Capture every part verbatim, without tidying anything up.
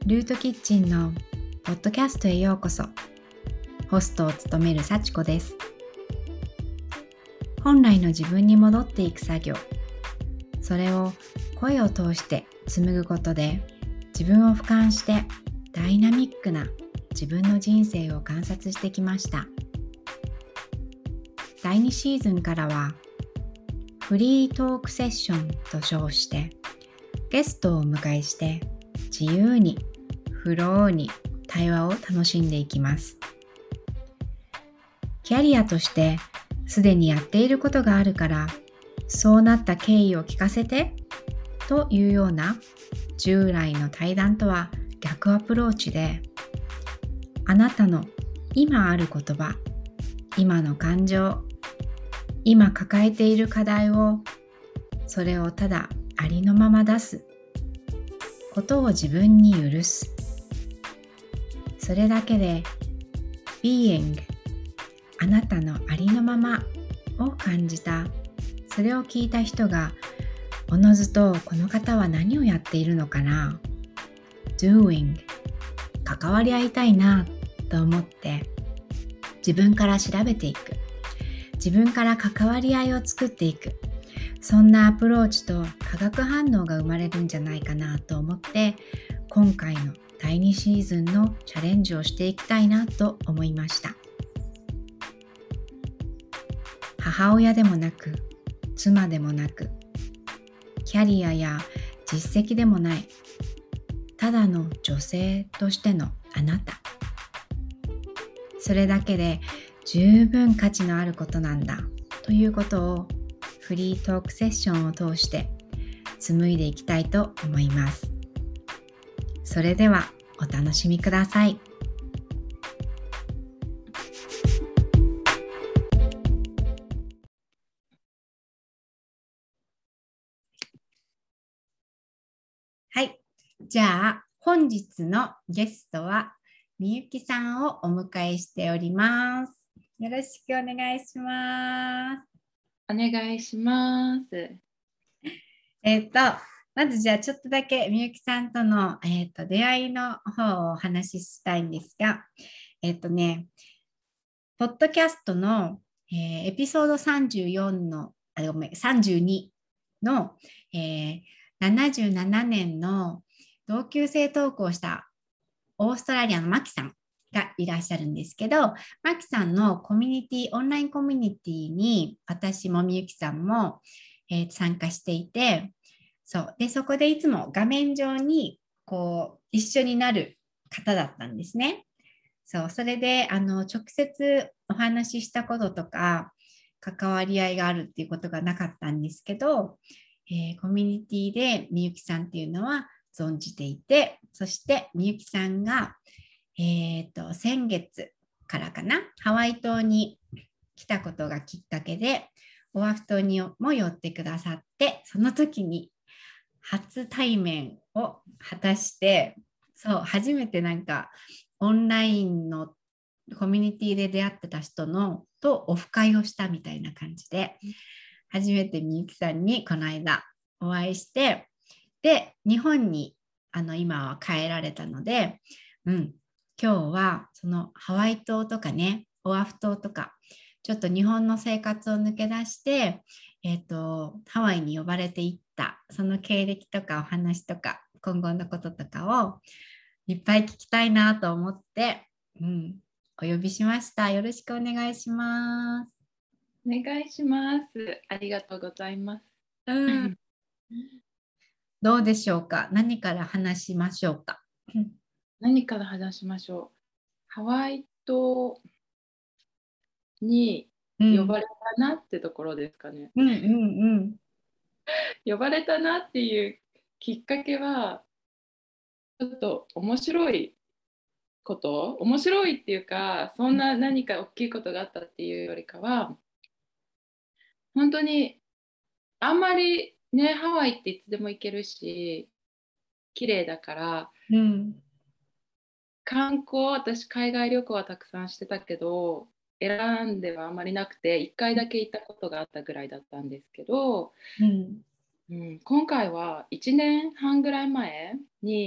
ルートキッチンのポッドキャストへようこそ。ホストを務める幸子です。本来の自分に戻っていく作業、それを声を通して紡ぐことで自分を俯瞰してダイナミックな自分の人生を観察してきました。だいにシーズンからはフリートークセッションと称してゲストをお迎えして自由にフローに対話を楽しんでいきます。キャリアとしてすでにやっていることがあるからそうなった経緯を聞かせてというような従来の対談とは逆アプローチで、あなたの今ある言葉、今の感情、今抱えている課題をそれをただありのまま出すことを自分に許す。それだけで Being あなたのありのままを感じた。それを聞いた人がおのずとこの方は何をやっているのかな Doing 関わり合いたいなと思って自分から調べていく、自分から関わり合いを作っていく、そんなアプローチと化学反応が生まれるんじゃないかなと思って今回のだいにシーズンのチャレンジをしていきたいなと思いました。母親でもなく妻でもなくキャリアや実績でもない、ただの女性としてのあなた。それだけで十分価値のあることなんだということをフリートークセッションを通して紡いでいきたいと思います。それではお楽しみください。はい、じゃあ本日のゲストはみゆきさんをお迎えしております。よろしくお願いします。 お願いします。 えっとまずじゃあちょっとだけみゆきさんとの、えー、と出会いの方をお話ししたいんですが、えっとねポッドキャストの、えーエピソードさんじゅうよんのあごめんさんじゅうにの、えーななじゅうななねんの同級生トークをしたオーストラリアのマキさんがいらっしゃるんですけど、マキさんのコミュニティ、オンラインコミュニティに私もみゆきさんも、えー参加していて、そうでそこでいつも画面上にこう一緒になる方だったんですね。そうそれであの直接お話ししたこととか関わり合いがあるっていうことがなかったんですけど、えーコミュニティでみゆきさんっていうのは存じていて、そしてみゆきさんが、えー、と先月からかなハワイ島に来たことがきっかけでオアフ島にも寄ってくださって、その時に初対面を果たして、そう初めてなんかオンラインのコミュニティで出会ってた人のとオフ会をしたみたいな感じで、初めてみゆきさんにこの間お会いして、で日本にあの今は帰られたので、うん、今日はそのハワイ島とかねオアフ島とかちょっと日本の生活を抜け出して、えーと、ハワイに呼ばれていったその経歴とかお話とか今後のこととかをいっぱい聞きたいなと思って、うん、お呼びしました。よろしくお願いします。 お願いします。ありがとうございます。 うん、どうでしょうか。何から話しましょうか。 何から話しましょう。ハワイ島に呼ばれたなってところですかね。 うんうんうん、 呼ばれたなっていうきっかけは、ちょっと面白いこと、面白いっていうか、そんな何か大きいことがあったっていうよりかは、本当にあんまりね、ハワイっていつでも行けるし、綺麗だから、 うん、 観光、私海外旅行はたくさんしてたけど、選んではあまりなくて、いっかいだけ行ったことがあったぐらいだったんですけど、 うん、 うん、今回はいちねんはんぐらい前に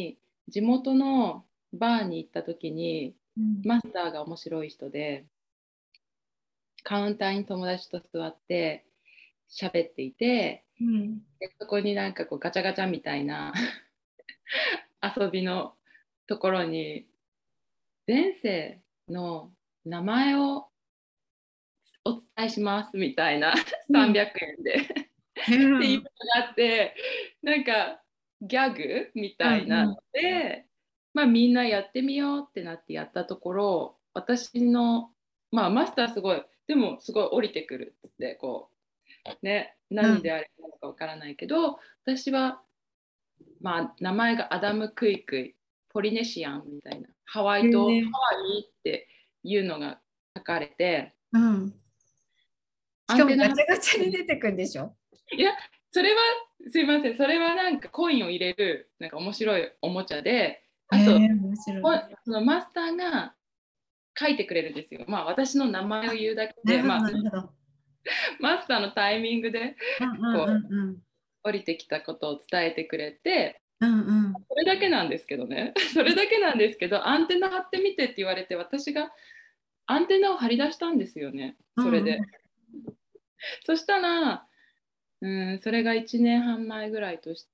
地元のバーに行った時に、 うん、 マスターが面白い人で、カウンターに友達と座って喋っていて、 うん、 でそこになんかこうガチャガチャみたいな遊びのところに前世の名前をお伝えしますみたいなうん、 さんびゃくえんでうっていうのん、 があって、なんかギャグみうん、 たいなのうん、 で、まあ、みんなやってみようってなってやったところ、私の、まあ、マスターすごいでもすごい降りてくるってこうね、何であればかわからないけど、私は、まあ、名前がアダム・クイクイポリネシアンみたいな、ハワへイ島ハえ、 ワイっていうのが書かれて、 うん。しアンテナ張っかもガチャガチャに出てくるんでしょ？ いや、それは、すいません、それはなんかコインを入れる、なんか面白いおもちゃで、あと、 へえ、面白い。 ほそのマスターが書いてくれるんですよ。まあ、私の名前を言うだけで、 なるほど、 まあ、 なるほど。 マスターのタイミングで、 うんうんこう、 うんうん。 降りてきたことを伝えてくれて、 うんうん。 それだけなんですけどね、それだけなんですけど、アンテナ張ってみてって言われて、私がアンテナを張り出したんですよね、それで。 うんうん。 そしたら、うん、それがいちねんはん前ぐらいとして、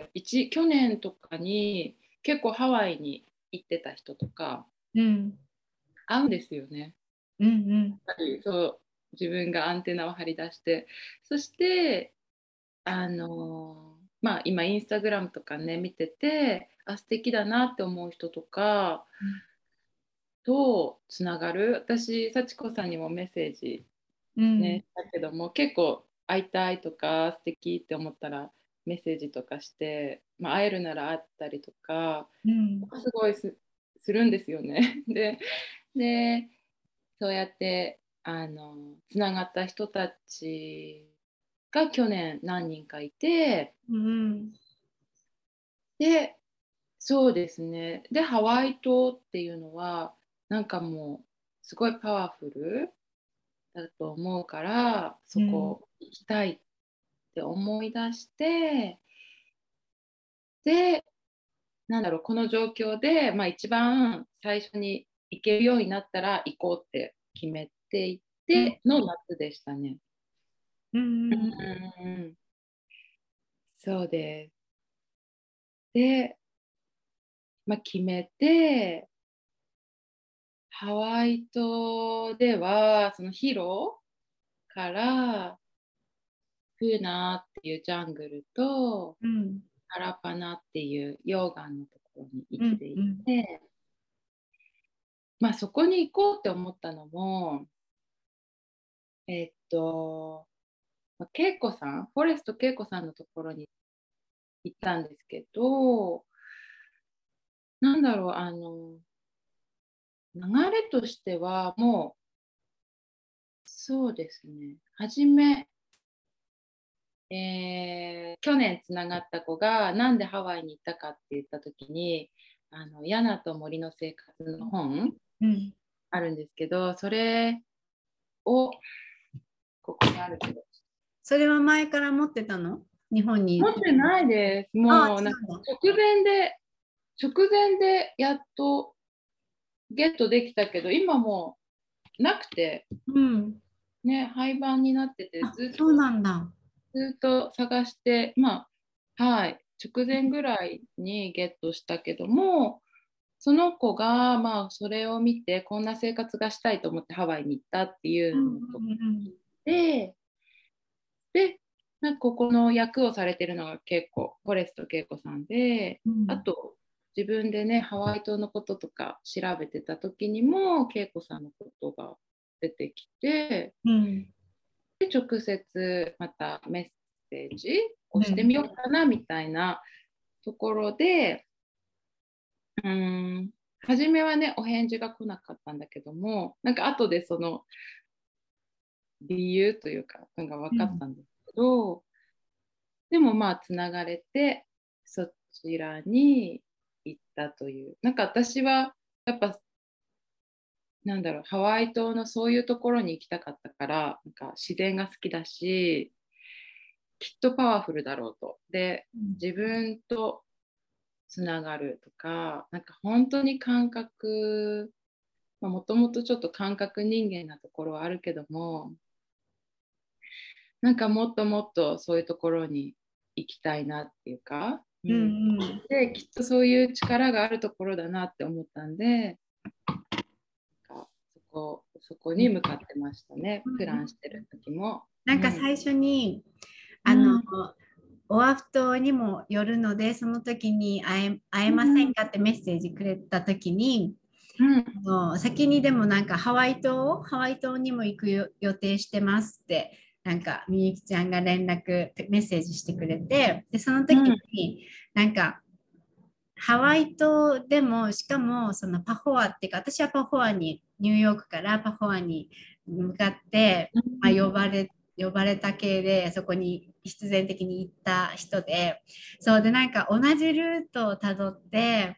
一去年とかに結構ハワイに行ってた人とかうん会うんですよね。 うん。 やっぱりそう自分がアンテナを張り出して、そしてあのまあ今インスタグラムとかね見てて、あ素敵だなって思う人とかとつながる。私幸子さんにもメッセージうん。 ね、だけども結構会いたいとか素敵って思ったらメッセージとかして、まあ、会えるなら会ったりとかうん。 すごいす、するんですよね。で、でそうやってあのつながった人たちが去年何人かいて、 うん。 でそうですね、でハワイ島っていうのはなんかもうすごいパワフルだと思うからそうん。 こ行きたいって思い出して、で、なんだろう、この状況で、まあ、一番最初に行けるようになったら行こうって決めていっての夏でしたね。 うん。 うん、そうです。で、まあ、決めて、ハワイ島では、そのヒロからフーナーっていうジャングルと、 うん。 ハラパナっていう溶岩のところに行うん。 っていうん。 て、まあ、そこに行こうって思ったのも、えっと、まあ恵子さん、フォレスト恵子さんのところに行ったんですけど、なんだろう、あの、流れとしては、もう、そうですね、初め、えー去年つながった子が、なんでハワイに行ったかって言ったときに、あの、ヤナと森の生活の本うん。 あるんですけど、それを、ここにあるけど、 それは前から持ってたの？日本にいる。 持ってないです。 ああ、 もう、なんか違うんだ。 直前で、直前でやっとゲットできたけど、今もうなくて、 うん。 ね、廃盤になってて、 あ、 ずっと、 そうなんだ。 ずっと探して、まあ、はい、直前ぐらいにゲットしたけども、その子が、まあ、それを見て、こんな生活がしたいと思ってハワイに行ったっていうんうのとうんで、で、なんかここの役をされてるのが結構、フォレスト恵子さんで、 うん。 あと、自分でね、ハワイ島のこととか調べてた時にも、恵子さんのことが出てきて、 うん。 で直接またメッセージをしてうん。 みようかなみたいなところで、うーん、初めはね、お返事が来なかったんだけども、なんか後でその理由というか、なんか分かったんですけど、でもまあ、つながれて、そちらに行ったという。なんか私は、やっぱ、なんだろう、ハワイ島のそういうところに行きたかったから、なんか自然が好きだし、きっとパワフルだろうと。で、 うん。 自分とつながるとか、なんか本当に感覚、もともとちょっと感覚人間なところはあるけども、なんかもっともっとそういうところに行きたいなっていうか、ううん、 んうん。 できっとそういう力があるところだなって思ったんで、なんかそこそこに向かってましたね、プランしてる時も。 なんかうん、 最初に、 うあの、 ん、 オアフ島にもよるので、その時に会え、会えませうん、 んかってメッセージくれた時に、 うん、 あの先にでもなんかハワイ島、ハワイ島にも行くよ予定してますって、なんかみゆきちゃんが連絡、メッセージしてくれて、で、その時うん、 になんかハワイ島でも、しかもそのパフォアっていうか、私はパフォアに、ニューヨークからパフォアに向かって、まあ、呼ばれ、呼ばれた系で、そこに必然的に行った人で、そうで、なんか同じルートをたどって、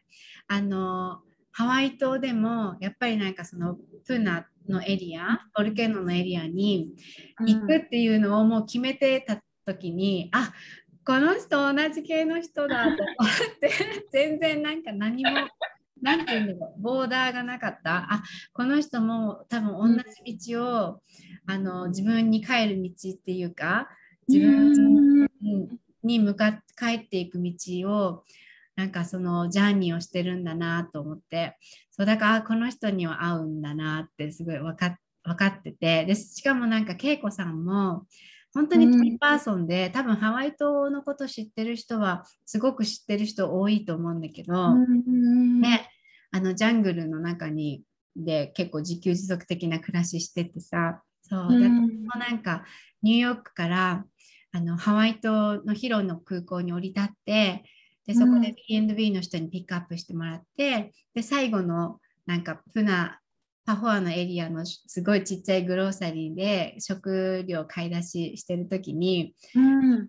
あの、ハワイ島でも、やっぱりなんかそのプナのエリア、ボルケーノのエリアに行くっていうのをもう決めてた時に、あ、この人同じ系の人だと思って全然なんか何もなんていうんだろうボーダーがなかった。あ、この人も多分同じ道をあの自分に帰る道っていうかう自分ん、 に向かって帰っていく道をなんかそのジャーニーをしてるんだなと思って、そうだからあこの人には合うんだなってすごい分かっ分かってて、でしかもなんか恵子さんも本当にキーうん、 パーソンで、多分ハワイ島のこと知ってる人はすごく知ってる人多いと思うんだけうど、 ん、 ね、あのジャングルの中にで結構自給自足的な暮らししててさ、そうで、私うん、 もなんかニューヨークからあのハワイ島のヒロの空港に降り立って、でそこでうん、 ビーエンドビー の人にピックアップしてもらって、で最後のなんかプナパフォアのエリアのすごいちっちゃいグローサリーで食料買い出ししてる時に、 うん、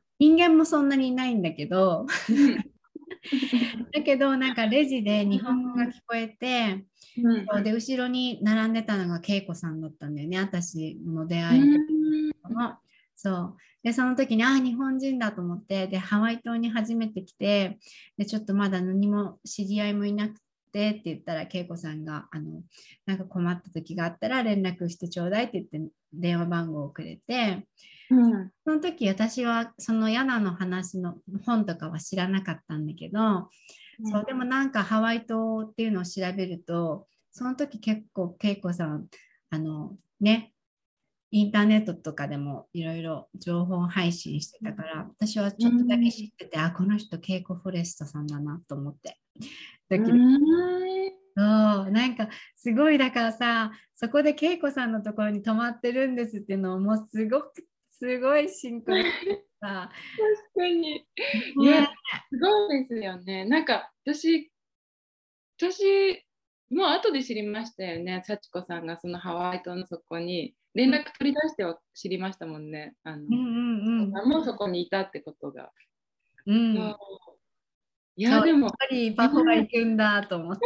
人間もそんなにいないんだけど、 うん、 だけどなんかレジで日本語が聞こえて、 うん、 そうで後ろに並んでたのが恵子さんだったんだよね、私の出う会いん、 の。そうでその時にあ日本人だと思って、でハワイ島に初めて来て、でちょっとまだ何も知り合いもいなくてって言ったら、恵子さんがあのなんか困った時があったら連絡してちょうだいって言って電話番号をくれて、 うん、 その時私はそのヤナの話の本とかは知らなかったんだけど、そうでもなんかハワイ島っていうのを調べると、その時結構恵子さんあのねインターネットとかでもいろいろ情報配信してたから、私はうちょっとだけ知ん、 ってて、あこの人恵子フォレストさんだなと思って、ドうキドキ。 ん、 そうなんかすごいだからさ、そこで恵子さんのところに泊まってるんですっていうのをもうすごくすごいシンクロしてさ、 確かに。いや、 ね、 すごいですよね。なんか私、私、もう後で知りましたよね。幸子さんがそのハワイ島のそこに連絡取り出しては知りましたもんね。あの、 うんうんうん幸子さんもそこにいたってことが。 うん。 そういや、 そう、やっでも、 ぱりねパフォー行くんだと思って。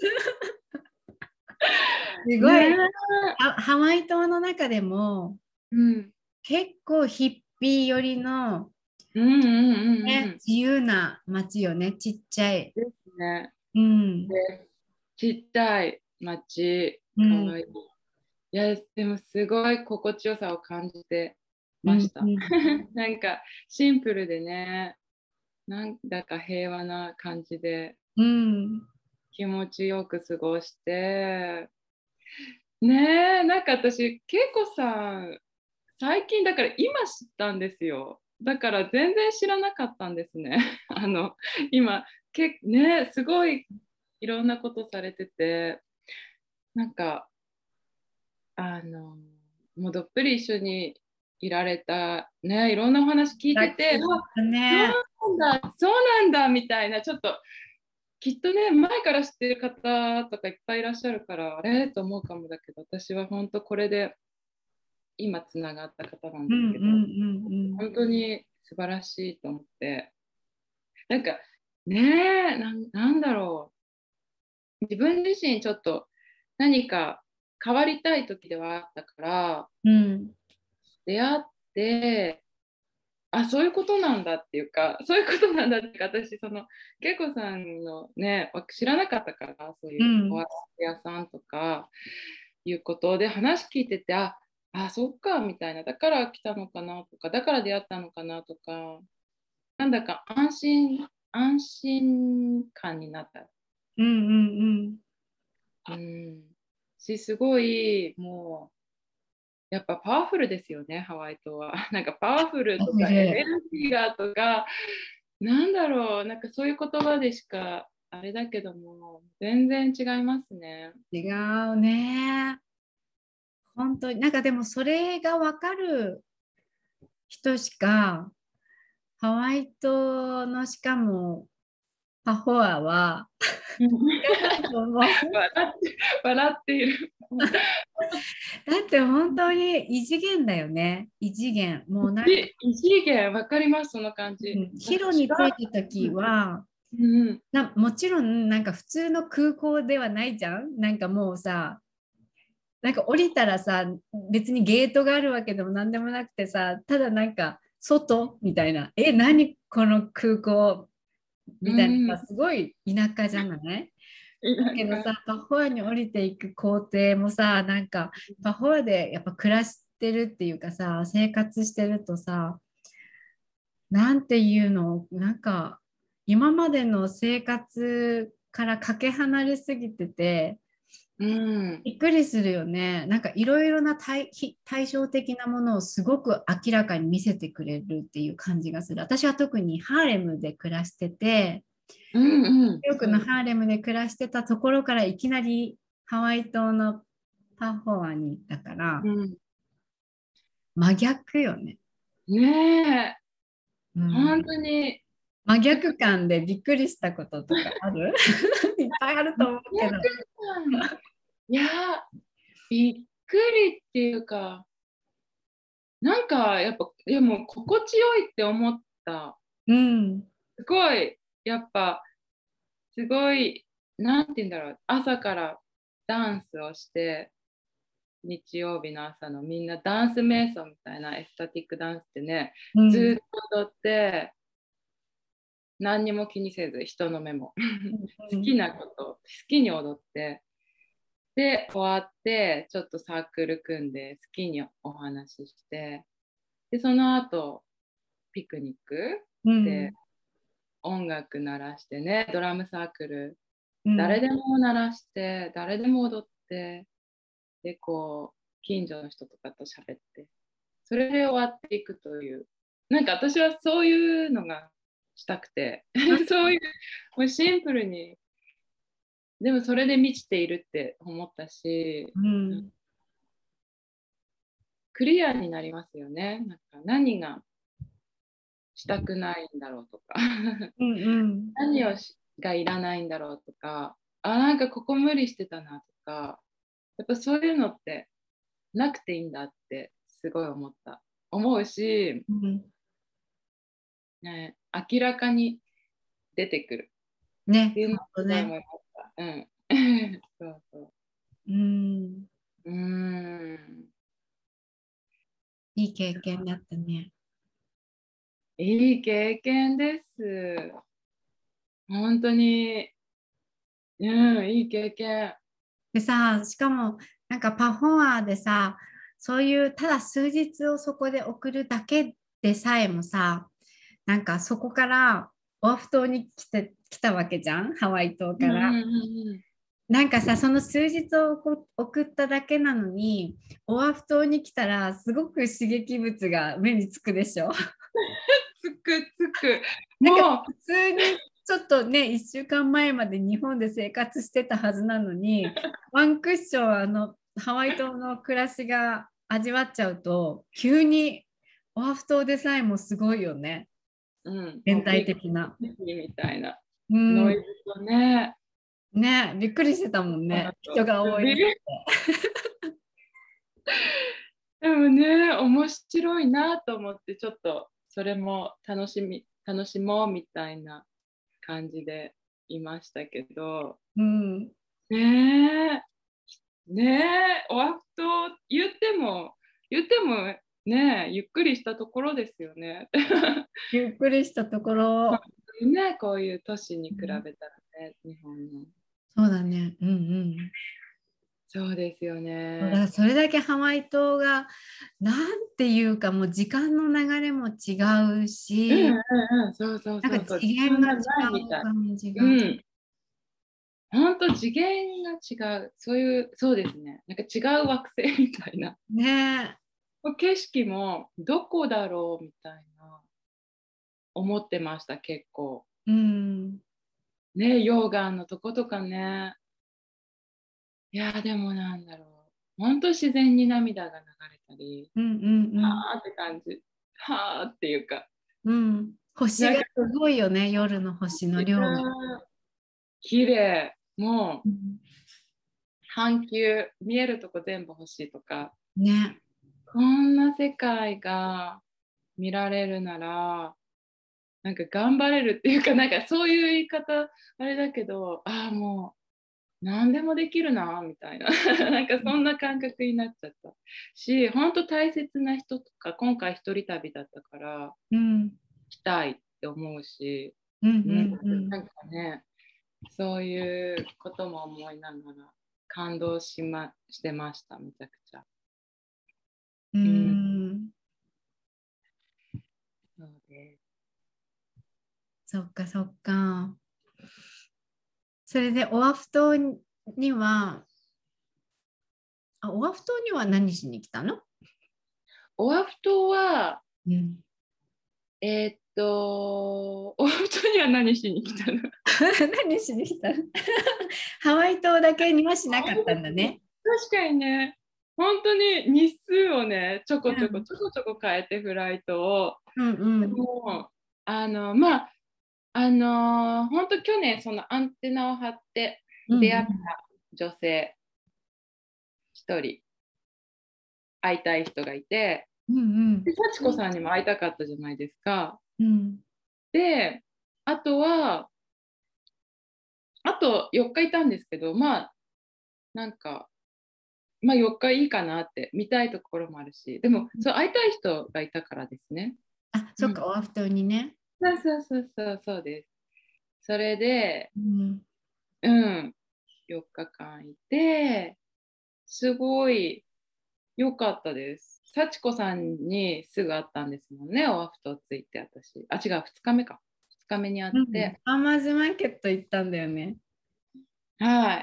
すごい、 ねハハワイ島の中でもうん、 結構ヒッピー寄りの、 うんうんうんうね、 ん。 自由な街よね、ちっちゃい。 ですね。 うん。 でちっちゃい町、 うん。 かわいい。いや、でもすごい心地よさを感じてうん。 ました。 うん。 なんかシンプルでね、なんだか平和な感じでうん。 気持ちよく過ごして、ねえ、なんか私、恵子さん、最近だから今知ったんですよ。だから全然知らなかったんですね。あの、今、けね、すごいいろんなことされてて、なんか、あの、もうどっぷり一緒にいられた、ね、いろんなお話聞いてて、 ラッキーあ、 だね。 そうなんだ、そうなんだみたいな、ちょっときっとね、前から知ってる方とかいっぱいいらっしゃるから、あれと思うかもだけど、私は本当これで今つながった方なんうんうんですけど、 うん本当に素晴らしいと思って、なんかねえ、なん、なんだろう、自分自身ちょっと何か変わりたい時ではあったから、 うん。うん。 出会って、 あ、そういうことなんだっていうか、そういうことなんだっていうか、私、その、恵子さんのね、知らなかったから、そういうおうん和服屋さんとかいうことで話聞いてて、あ、あ、そっか、みたいな、だから来たのかなとか、だから出会ったのかなとか、なんだか安心、安心感になった。 うんうんうん。し、すごい、もう、やっぱパワフルですよね、ハワイ島は。なんかパワフルうん。 とかエネ古い。 ルギーがとか、なんだろう、なんかそういう言葉でしかあれだけども、全然違いますね。 違うね。本当に、なんかでもそれが分かる人しか、ハワイ島のしかもパフォアはうんいかないと思う。 笑って、笑っている。 だって本当に異次元だよね。異次元。もうなんか、 い異次元、わかります、その感じ。 うん、 なんかヒロに着いた時は、 うん、うん、 な、もちろんなんか普通の空港ではないじゃん。なんかもうさ、なんか降りたらさ、別にゲートがあるわけでも何でもなくてさ、ただなんか外みたいな、え、何この空港うみたいなん、 さ、すごい田舎じゃないだなんか、 けどさ、パフォアに降りていく工程もさ、なんかパフォアでやっぱ暮らしてるっていうかさ、生活してるとさ、なんていうの、なんか今までの生活からかけ離れすぎてて、 うん、 びっくりするよね。なんかいろいろな対非対照的なものをすごく明らかに見せてくれるっていう感じがする。私は特にハーレムで暮らしてて、 うん、うん、 よくのそうです。 ハーレムで暮らしてたところからいきなりハワイ島のパフォアに行ったからうん、 真逆よね。 ねえ、 うん、 本当に、 真だから、 逆感でびっくりしたこととかあるいっぱいあると思うけど。 いや、びっくりっていうか、なんかやっぱ、でも心地よいって思った。 うん。 すごい、やっぱ、すごい、なんて言うんだろう、朝からダンスをして、日曜日の朝のみんなダンス瞑想みたいなエスタティックダンスってね、 うん。 ずっと踊って、何にも気にせず、人の目も。好きうん。 なこと、好きに踊って、で、終わって、ちょっとサークル組んで、好きにお話しして、で、その後、ピクニックでうん。 音楽鳴らしてね、ドラムサークル、 うん。 誰でも鳴らして、誰でも踊って、で、こう、近所の人とかと喋って、それで終わっていくという、なんか私はそういうのがしたくて、そういう、もうシンプルに、でもそれで満ちているって思ったし、 うん。 クリアになりますよね。なんか何がしたくないんだろうとか、 うん。うん。 何をしがいらないんだろうとか、あ、なんかここ無理してたなとか、やっぱそういうのってなくていいんだってすごい思った。思うし、 うん。 ね、明らかに出てくるってね、 いうのをほんとね。 すごい思いました。うん。そうそうん。 う。うーん。 いい経験だったね。 いい経験です。本当に、うん、いい経験。 でさ、しかもなんかパフォアでさ、そういうただ数日をそこで送るだけでさえもさ、なんかそこからオアフ島に来て、来たわけじゃん、ハワイ島から。 うんうんうんうん。 なんかさ、その数日をこ送っただけなのに、オアフ島に来たらすごく刺激物が目につくでしょ。 つくつく。 なんかも普通にちょっとね、いっしゅうかんまえまで日本で生活してたはずなのに、ワンクッションあのハワイ島の暮らしが味わっちゃうと、急にオアフ島でさえもすごいよね。 う、うん、も全体うビ的な。 ッグみたいなうん。 ノイズとね、 ね、びっくりしてたもんね。 あと人が多い。 ビでもね、面白いなと思って、ちょっとそれも楽しみ、楽しもうみたいな感じでいましたけど、 うん。 ねえ、ねえ、オアフ島言っても、言ってもね、ゆっくりしたところですよね。 ゆっくりしたところ。 ね、こういう都市に比べたらうんね、日本の。 そうだね。うんうん。 そうですよそうだかね。 らそれだけハワイ島がなんていうかもう時間の流れも違ううんうんし、 うん、そうそうなんかそうそう、時次元が違間がないみたい。 う感じが。 うん、本当次元が違う、そういう、そうですね、なんか違う惑星みたいな。 ねえ。 景色もどこだろうみたいな思ってました、結構。 うん。 ね、溶岩のとことかね。いや、でもなんだろう。本当自然に涙が流れたり、 うんうんはーって感じ。はーっていうか。 うん。うん。星なんか、 がすごいよね、夜の星の量が。 綺麗。もう、 うん半球、見えるとこ全部星とか。 ね。 こんな世界が見られるなら、なんか頑張れるっていうか、なんかそういう言い方、あれだけど、ああ、もう何でもできるな、みたいな。なんかそんな感覚になっちゃったし、本当大切な人とか、今回一人旅だったから、 うん。 来たいって思うし、 うんううん、 んうん。 なんかね、そういうことも思いながら感動しま、してました、めちゃくちゃ。 ううん、 ん。 そうです。 そっかそっか。それでオアフ島には、あ、オアフ島には何しに来たの？ オアフ島は、 うん。 えーっと、オアフ島には何しに来たの？ 何しに来たの？ハワイ島だけにはしなかったんだね。 確かにね、本当に日数をね、ちょこちょこうんちょこちょこ変えてフライトを。 うんうでんも、あの、まあ、あの、本当去年そのアンテナを張ってうんう出会ったん女性一人会いたい人がいて、 うんうんで、幸子さんにも会いたかったじゃないですか。 うんで、あとは、あとよっかいたんですけど、まあ、なんか、まあよっかいいかなって見たいところもあるし、でもそう会いたい人がいたからですね。 あ、 うん。 そっか、オアフ島にね。 そうそうそうそうそうです。それで、 うんうん、よっかかんいて、すごい良かったです。幸子さんにすぐ会ったんですもんね、オアフ島着いて私。あ、違う、ふつかめか。ふつかめに会っうん。フて。 ァーマーズマーケット行ったんだよね。 はい。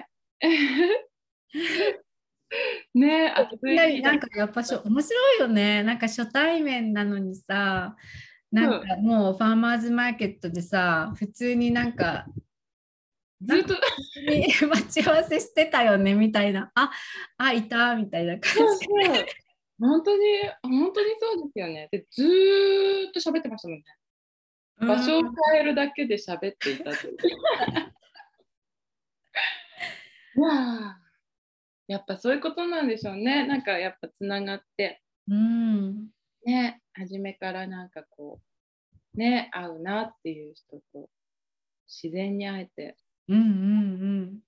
ね、暑いきなりい日だっなんかやっぱしょた。 面白いよね。なんか初対面なのにさ、なんかもうファーマーズマーケットでさ、普通になんか、なんかずっと、 普通に待ち合わせしてたよねみたいな。あ、あ、いたみたいな感そうじ。 そう。本当に、本当にそうですよね。で、ずーっと喋ってましたもんね。 うん。 場所を変えるだけで喋っていたという。いやー、やっぱそういうことなんでしょうね。なんかやっぱつながって、 うん。 ね、初めからなんかこう、ね、合うなっていう人と自然に会えて。 うんうん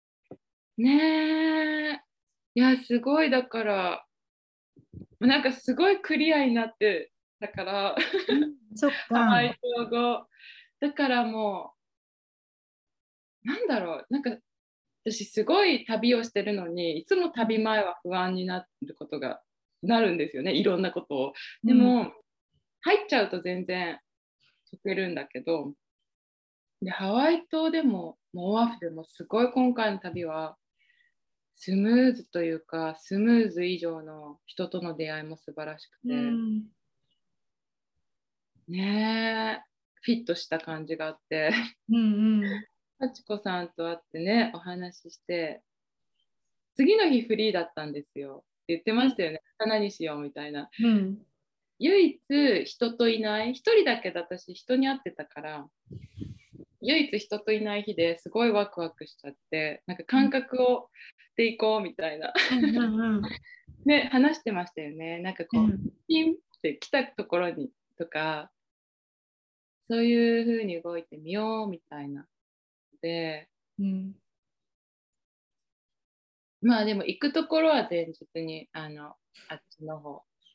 ねえ、いや、すごい、だから、なんかすごいクリアになって、だから、 うん。そっハワか。 イ島語。だからもう、なんだろう、なんか私すごい旅をしてるのにいつも旅前は不安になることがなるんですよね、いろんなことを。 うん。 でも入っちゃうと全然解けるんだけど、でハワイ島でももうオアフでもすごい今回の旅はスムーズというかスムーズ以上の人との出会いも素晴らしくうて、 ん。 ねえ、フィットした感じがあって、 うん幸子さんと会ってねお話しして、次の日フリーだったんですよって言ってうん。 ましたよね。何しようみたいな。 うん。 唯一人といない、一人だけど私人に会ってたから、唯一人といない日ですごいワクワクしちゃって、なんか感覚をでいこうみたいな。 うんうんうん。 ね、話してましたよね。なんかこう、 うん。 ピンって来たところにとか、そういう風に動いてみようみたいな。で、 うん。 まあでも行くところは前日に、あの、あっちの方、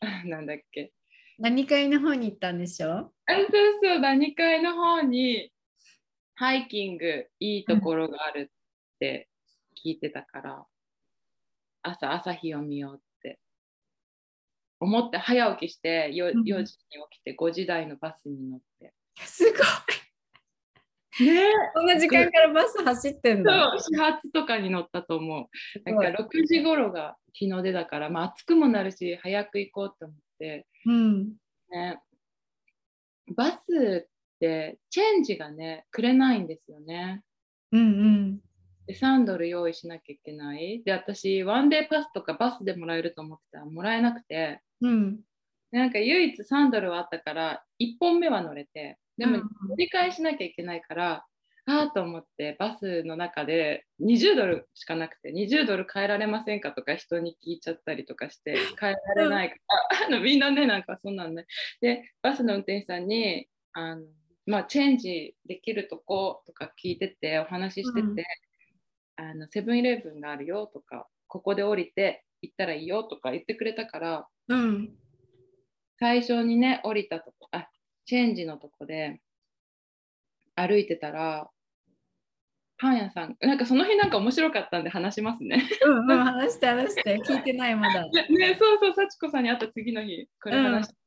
なんだっけ。 何階の方に行ったんでしょ？ あ、そうそう、何階の方にハイキングいいところがあるって聞いてたから、朝朝日を見ようって思って早起きしてようん、 よじに起きてごじ台のバスに乗って。 すごい。 ねえ、 こんな時間からバス走ってんだ。 そう、始発とかに乗ったと思う。なんかすごい。 ろくじ頃が日の出だから、まあ、暑くもなるし、早く行こうと思って、 うん。 ね、バスってチェンジがね、くれないんですよね。 うんうん。 で、さんドル用意しなきゃいけない。で、私、ワンデーパスとかバスでもらえると思ってたらもらえなくて、 うん。 なんか唯一さんドルはあったから、いっぽんめは乗れて、でも、 うん。 乗り換えしなきゃいけないから、ああと思ってバスの中でにじゅうドルしかなくてにじゅうドル変えられませんかとか人に聞いちゃったりとかして変えられないから、あのみんなねなんかそんなんね。でバスの運転手さんにあの、まあ、チェンジできるとことか聞いててお話ししてて、あのセブンイレブンがあるよとかここで降りて行ったらいいよとか言ってくれたから、 うん。 最初にね降りたとこ、あ、チェンジのとこで歩いてたらパン屋さん、なんかその日なんか面白かったんで話しますね。 うんうん。話して話して。聞いてないまだ。 ね、ね、そうそう、幸子さんに会った次の日、こうん。 れ話して、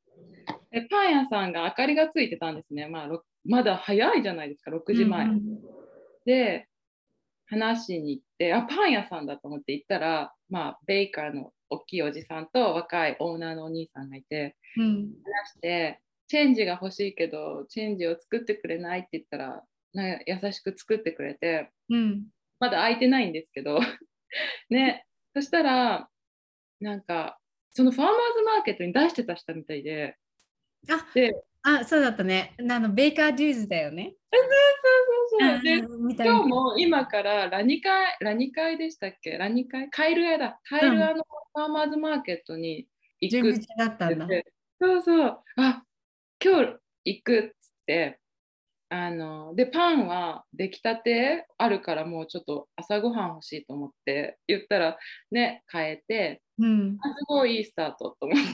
パン屋さんが明かりがついてたんですね。まあ、ろまだ早いじゃないですか、6 うんう時前。 ん。 で、話しに行って、あ、パン屋さんだと思って行ったら、まあ、ベイカーの大きいおじさんと若いオーナーのお兄さんがいて、 うん。 話して、チェンジが欲しいけど、チェンジを作ってくれないって言ったら、な優しく作ってくれて、 うん。 まだ空いてないんですけど、ね、そしたら、なんか、そのファーマーズマーケットに出してた人みたいで、 あ、 で、 あ、そうだったね。あの、ベイカーデューズだよね。 そうそうそうそう。で、 うんうん。見た見た。 今日も今からラニ会、ラニ会でしたっけラニ会カエル屋だ。カエルうん。 屋のファーマーズマーケットに行くって準備中だったんだ。 言ってて、そうそう、あ、今日行くっつって、あの、で、パンは出来たてあるからもうちょっと朝ごはん欲しいと思って言ったら、ね、変えて、 うん。 あ、すごいいいスタートと思って。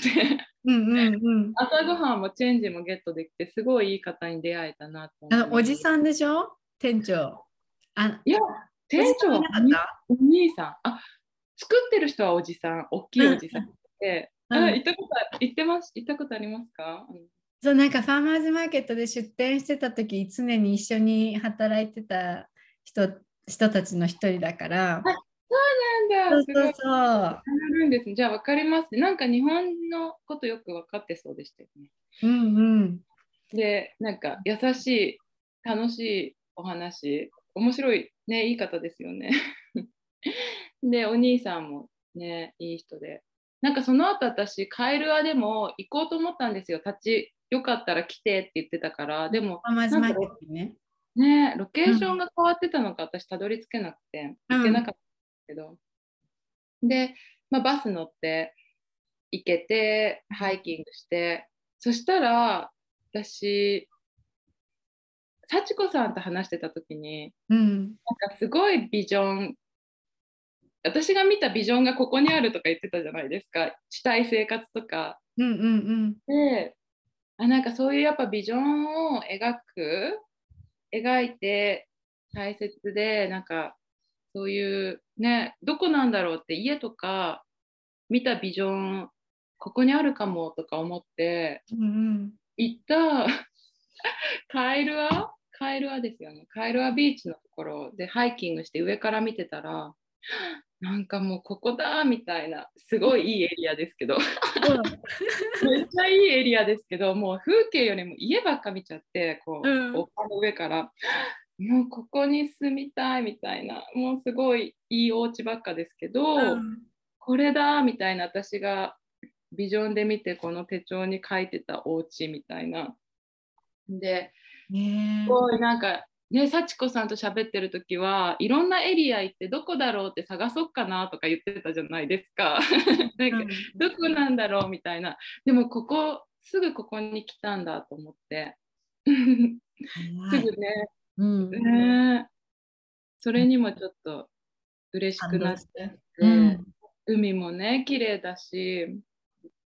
うんうんうん。 朝ごはんもチェンジもゲットできて、すごいいい方に出会えたなとあの、お思います。 じさんでしょ？店長。あ、 いや、店おじさんいなかっ長はおにた？ お兄さん。あ、作ってる人はおじさん、大きいうんおじさんで、あ、 うん。 行ったことあ、行ってます、行ったことありますか？うん、 そう、なんかファーマーズマーケットで出店してた時、常に一緒に働いてた人、人たちの一人だから、 あ、そうなんだ、すごい。 そうそうそう。 あるんですね。じゃあ分かりますね。なんか日本のことよく分かってそうでしたよね。 うんうん。 で、なんか優しい、楽しいお話、面白い、ね、いい方ですよね。で、お兄さんもね、いい人で。なんかその後私、カエルアでも行こうと思ったんですよ。立ち、よかったら来てって言ってたから。でも、 ファーマーズマーケッなんかロ、 トね。 ね、ロケーションうん。 が変わってたのか、私たどり着けなくて、 うん。 行けなかったんですけど。で、まあ、バス乗って行けて、ハイキングして、そしたら、私、幸子さんと話してた時に、 うん。 なんかすごいビジョン、私が見たビジョンがここにあるとか言ってたじゃないですか。したい生活とか。 うんうんうん。 で、あ、なんかそういうやっぱビジョンを描く、描いて大切で、なんかそういうね、どこなんだろうって家とか見たビジョン、ここにあるかもとか思ってうんうん。 行ったカエルアカエルアですよね。カエルアビーチのところでハイキングして上から見てたら、なんかもうここだみたいな、すごいいいエリアですけど、めっちゃいいエリアですけど、もう風景よりも家ばっか見ちゃって、 うこう、 ん。 丘の上から、もうここに住みたいみたいな、もうすごいいいお家ばっかですけど、 うん。 これだみたいな、私がビジョンで見て、この手帳に書いてたお家みたいな。で、すねごいなんか、ね、幸子さんと喋ってる時はいろんなエリア行ってどこだろうって探そうかなとか言ってたじゃないですか。なんかえ。うん。 どこなんだろうみたいな。でもここすぐここに来たんだと思って。す早い。 ぐね、 うん。 ね、それにもちょっと嬉しく感動なっして。うて、 ん。 海もね綺麗だし、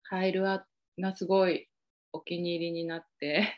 カエルアがすごいお気に入りになって。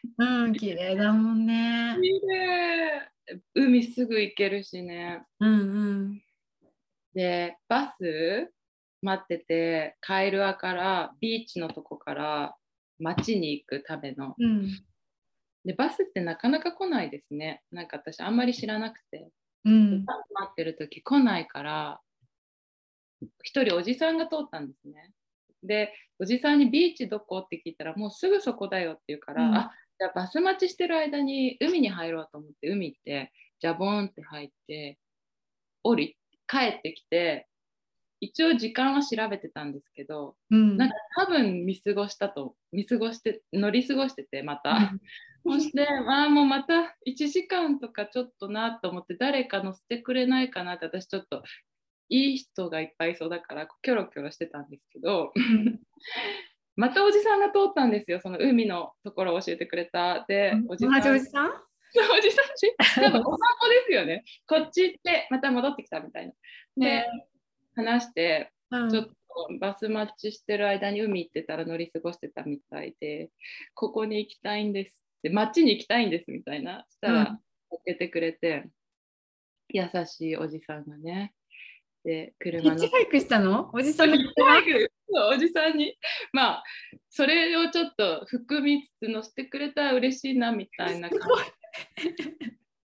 うん、綺麗だもんね。 綺麗。海すぐ行けるしね。 うんうん。 で、バス待ってて、カエルアからビーチのとこから街に行くための。 うん。 で、バスってなかなか来ないですね。なんか私あんまり知らなくて。で、 うん。 バス待ってる時来ないから、一人おじさんが通ったんですね。で、おじさんにビーチどこって聞いたら、もうすぐそこだよって言うから、 うん。 あ、じゃあバス待ちしてる間に海に入ろうと思って海行って、ジャボーンって入って、降り、帰ってきて、一応時間は調べてたんですけど、 うん。 なんか多分見過ごしたと、見過ごして、乗り過ごしてて、また。 うん。 そして、まあもうまたいちじかんとかちょっとなと思って、誰か乗せてくれないかなって、私ちょっといい人がいっぱいいそうだから、キョロキョロしてたんですけど、 うん。 またおじさんが通ったんですよ、その海のところを教えてくれた。で、おじ同じさん、 おじさん？ おじさんち、多分お散歩ですよね。こっち行って、また戻ってきたみたいな。で、 ね。 話して、 うん。 ちょっとバス待ちしてる間に海行ってたら乗り過ごしてたみたいで、ここに行きたいんですって、街に行きたいんですみたいな。したら、 うん。 開けてくれて、優しいおじさんがね、で、 ヒッ車のチハイクしたの？おじさんのヒッチハ車？ イクそうおじさんに、まあ、それをちょっと含みつつ乗せてくれたら嬉しいなみたいな感すごい。 じ。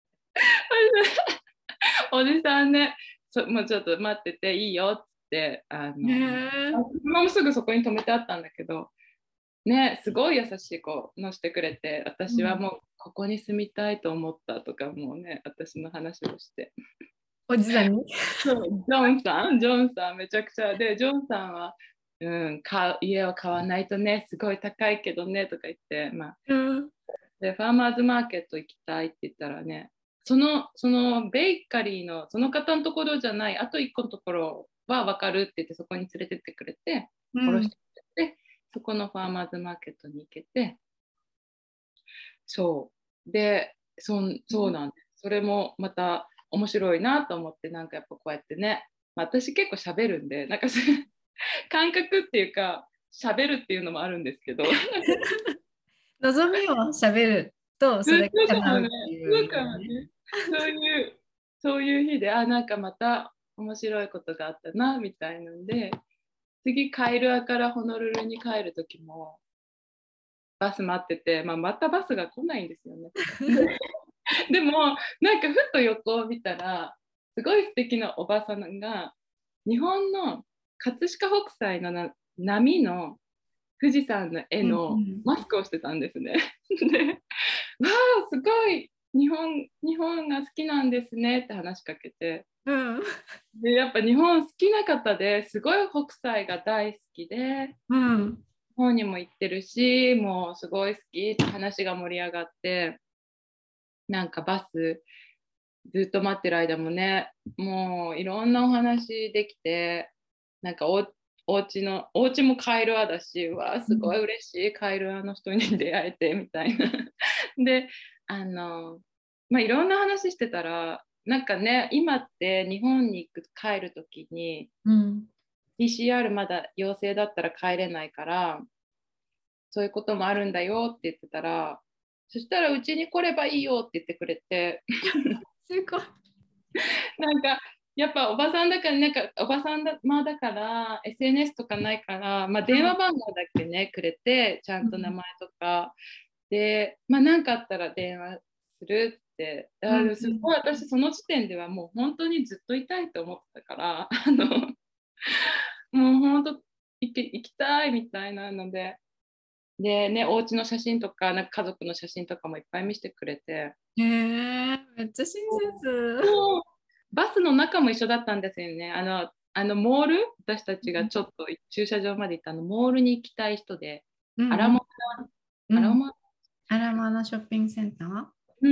おじさんね、そもうちょっと待ってていいよって、あねの、 え。 車もすぐそこに止めてあったんだけど、ね、すごい優しい子乗せてくれて、私はうん。 もうここに住みたいと思ったとか、もうね、私の話をして。 おじさんに。 そうジョンさん、ジョンさんめちゃくちゃで、ジョンさんは、うん、買う家を買わないとね、すごい高いけどねとか言って、まあ、 うん。 で、ファーマーズマーケット行きたいって言ったらね、その、そのベーカリーの、その方のところじゃない、あと一個のところは分かるって言って、そこに連れてってくれて、 うん。 降ろしてくれて、そこのファーマーズマーケットに行けて、そう。で、そんそうなんです。それもまた面白いなと思って、なんかやっぱこうやってね、まあ、私結構喋るんで、なんかそういう感覚っていうか、喋るっていうのもあるんですけど、 望みを喋ると、そそうれが叶うかもね、 っていうそうのよね。 かもね、そういう、そういう日で、あ、なんかまた面白いことがあったな、みたいなんで、次、カイルアからホノルルに帰る時も、バス待ってて、まあ、またバスが来ないんですよね。でも、なんかふと横を見たら、すごい素敵なおばさんが、日本の葛飾北斎のな波の富士山の絵うんうのん。 マスクをしてたんですね。で、わあ、すごい日本、日本が好きなんですねって話しかけて、 うん。 で、やっぱ日本好きな方ですごい北斎が大好きで、 うん。 日本にも行ってるし、もうすごい好きって話が盛り上がって、なんかバスずっと待ってる間もね、もういろんなお話できて、なんかおお家の、お家もカエルアだし、うわ、すごい嬉しい、カエルアの人に出会えてみたいな。で、あの、まあ、いろんな話してたら、なんかね、今って日本に行く帰るときに、 うん。 ピーシーアール まだ陽性だったら帰れないから、そういうこともあるんだよって言ってたら、そしたらうちに来ればいいよって言ってくれて、 すごい。 なんかやっぱおばさんだからなんかおばさんだ、まあ、だから エスエヌエス とかないから、まあ、電話番号だけねくれてちゃんと名前とかで、まあ、何かあったら電話するってうん。 あすごい私その時点ではもう本当にずっといたいと思ってたからあのもう本当行き行きたいみたいなのででねお家の写真とかなんか家族の写真とかもいっぱい見せてくれて。 へえ、めっちゃ親切。 そうバスの中も一緒だったんですよね。あの、あのモール、私たちがちょっと駐車場まで行ったあのモールに行きたい人で、 うんうん。 アラモうん。 アラモアラモアナショッピングセンター？ うん。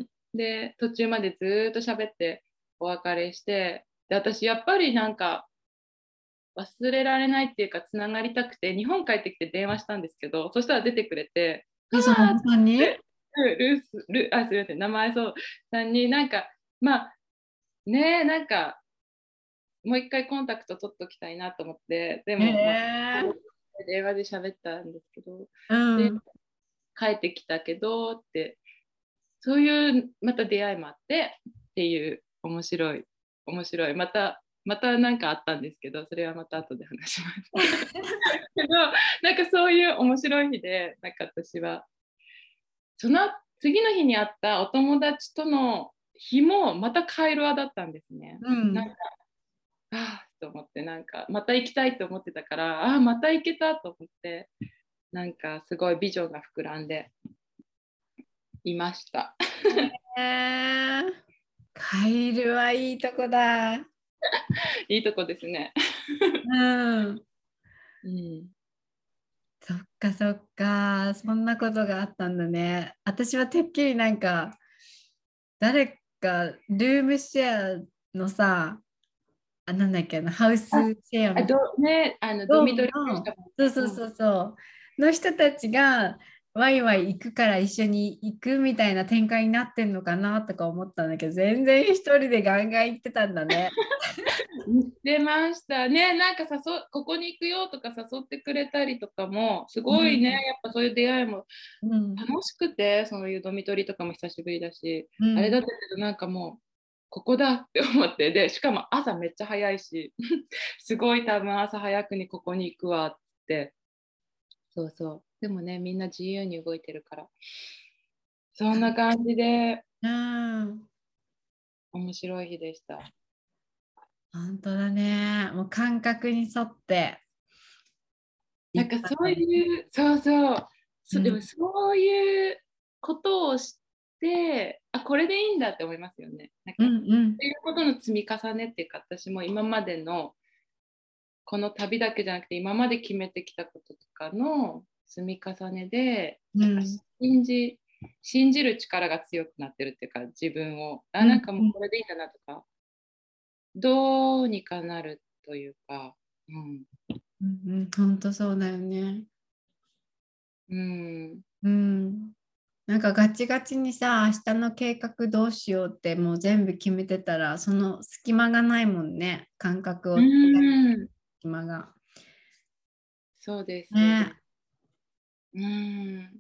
で、途中までずーっと喋ってお別れして、で、私やっぱりなんか忘れられないっていうか、つながりたくて、日本帰ってきて電話したんですけど、そしたら出てくれて、 え、そのおあーっじさんに？ て、うんルース、ルあ、すみません、名前そう、さんになんか、まあ、ねえ、なんか、もう一回コンタクト取っておきたいなと思って、でへも、まあ、 え。 電話で喋ったんですけど、 うでん。 帰ってきたけどって、そういうまた出会いもあってっていう面白い面白いまたまたなんかあったんですけど、それはまた後で話しますけど、なんかそういう面白い日で、なんか私はその次の日に会ったお友達との日もまたカイロアだったんですね。 うん。 なんかああと思って、なんかまた行きたいと思ってたから、ああまた行けたと思って、なんかすごいビジョンが膨らんでいました。 えー、カイルはいいとこだ。 いいとこですね。 うん。 うん、 そっかそっか。そんなことがあったんだね。私はてっきりなんか、誰かルームシェアのさ、あ、なんだっけな、ハウスあ、 シェアみたいあどね、あのドドーミトリーのムの、 人もね、 そうそうそうそう、の人たちがワイワイ行くから一緒に行くみたいな展開になってんのかなとか思ったんだけど、全然一人でガンガン行ってたんだね。 言ってましたね。なんか誘ここに行くよとか誘ってくれたりとかも、すごいね、やうん、 っぱそういう出会いもうん、 楽しくて、そういうドミトリーとかも久しぶりだし、 うん、 あれだったけど、なんかもう、ここだって思って、で、しかも朝めっちゃ早いし、すごい多分朝早くにここに行くわって、そうそう。でもね、みんな自由に動いてるから、そんな感じでうん、 面白い日でした。 本当だね。もう感覚に沿って行っなんかそうたんだね。 いう、そうそう、そでもうん、 そういうことをして、あ、これでいいんだって思いますよね。なんか、 うん、うん、 そういうことの積み重ねっていうか、私も今までのこの旅だけじゃなくて、今まで決めてきたこととかの積み重ねで、なんかうん、 信じ、信じる力が強くなってるっていうか、自分を、あ、なんうん、うん、 かもうこれでいいんだなとか、どうにかなるというか、うん。 うん、本当そうだよね。 うん、 うん。なんかガチガチにさ、明日の計画どうしようってもう全部決めてたら、その隙間がないもんね。感覚うを、 ん、 隙間が。 そうです、そうでね。 す。うん。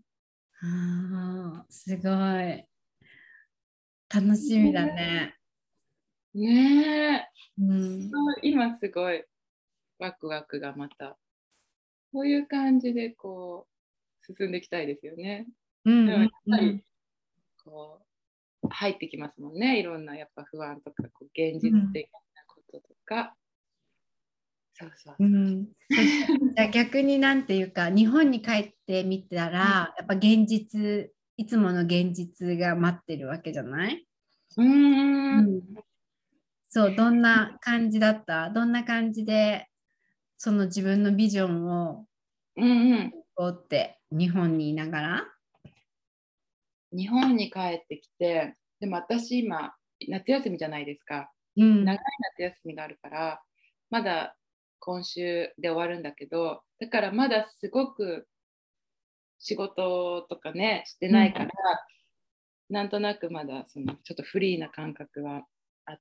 ああ、すごい。楽しみだね。 ねえ、 うそん。 う今すごいワクワクがまた、こういう感じでこう進んでいきたいですよね。でもやっうんうんぱりうん。 こう入ってきますもんね。いろんなやっぱ不安とかこう現実うん的なこととか。そうそううそう。 ん。そじゃあ逆になんていうか、日本に帰ってみたら、やっぱ現実、いつもの現実が待ってるわけじゃない？ うーん。 うん。そう、どんな感じだった？どんな感じで、その自分のビジョンをうんうん。 こうって日本にいながら。 日本に帰ってきて、でも私今夏休みじゃないですか。 うん、 長い夏休みがあるから、まだ今週で終わるんだけど、だからまだすごく仕事とかね、してうん、 ないから、なんとなくまだそのちょっとフリーな感覚はあって、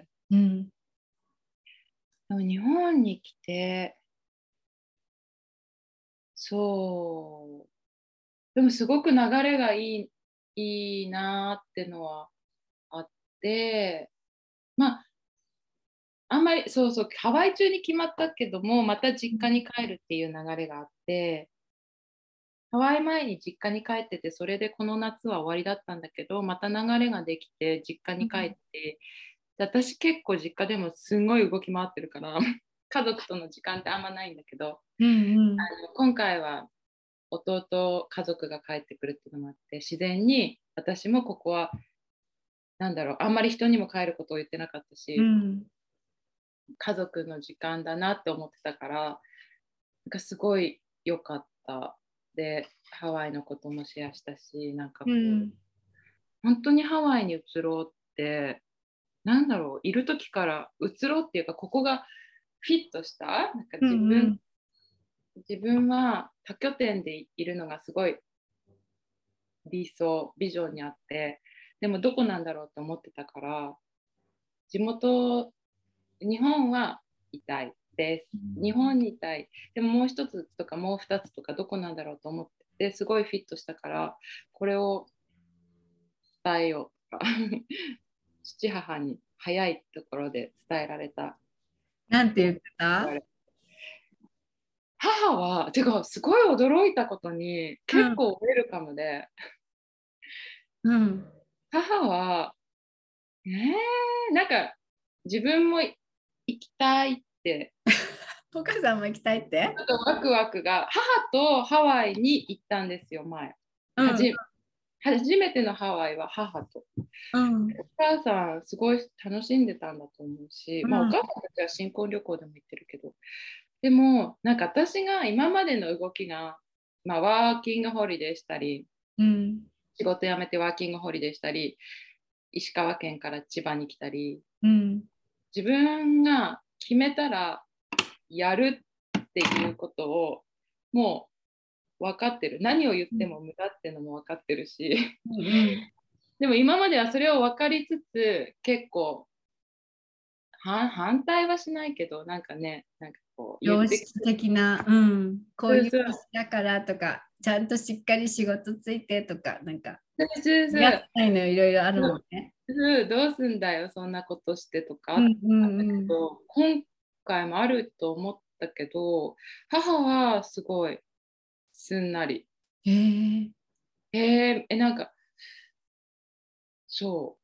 うん、 でも日本に来て、そう、でもすごく流れがいい、いいなってのはあって、まあ、あんまりそうそう、ハワイ中に決まったけども、また実家に帰るっていう流れがあって、ハワイ前に実家に帰ってて、それでこの夏は終わりだったんだけど、また流れができて、実家に帰って、で私結構実家でもすんごい動き回ってるから、家族との時間ってあんまないんだけど、 うん、 あの今回は弟家族が帰ってくるっていうのもあって、自然に私もここは、なんだろう、あんまり人にも帰ることを言ってなかったし、 うん、 家族の時間だなって思ってたから、なんかすごい良かった。で、ハワイのこともシェアしたし、なんかこう、 うん、 本当にハワイに移ろうって、なんだろう、いる時から移ろうっていうか、ここがフィットした、なんかうん、 自分、 うん、 自分は多拠点でいるのがすごい理想、ビジョンにあって、でもどこなんだろうと思ってたから、地元、日本はいたい。 て、日本にいたい。でももう一つとかもう二つとかどこなんだろうと思ってて、すごいフィットしたから、これを伝えようとか父母に早いところで伝えられた。 なんて言ってた？ 母は、てかすごい驚いたことにうん結構ウェルカムで、 うん母は、えー、なんか自分も行きたいって、 お母さんも行きたいって？ ちょっとワクワクが、母とハワイに行ったんですよ、前。 うんはじ初めてのハワイは母と。 うんお母さん、すごい楽しんでたんだと思うし、まあ、おうん母さんたちは新婚旅行でも行ってるけど、でも、なんか私が今までの動きが、まあ、ワーキングホリデーしたり、 うん仕事辞めてワーキングホリデーしたり、石川県から千葉に来たり、 うん自分が決めたらやるっていうことをもう分かってる。何を言っても無駄ってのも分かってるし、 うんでも今まではそれを分かりつつ、結構反反対はしないけど、なんかね、なんかこう言ってく常識的な、うん、こういうる。そう年だからとか、ちゃんとしっかり仕事ついてとか、なんか、 そうそうそやっうたいのいろいろあるもんね。 そうどうすんだよ、そんなことしてとかあったうんうんうん。 けど、今回もあると思ったけど、母はすごいすんなり。 へえ。 えー、え、なんか、そう、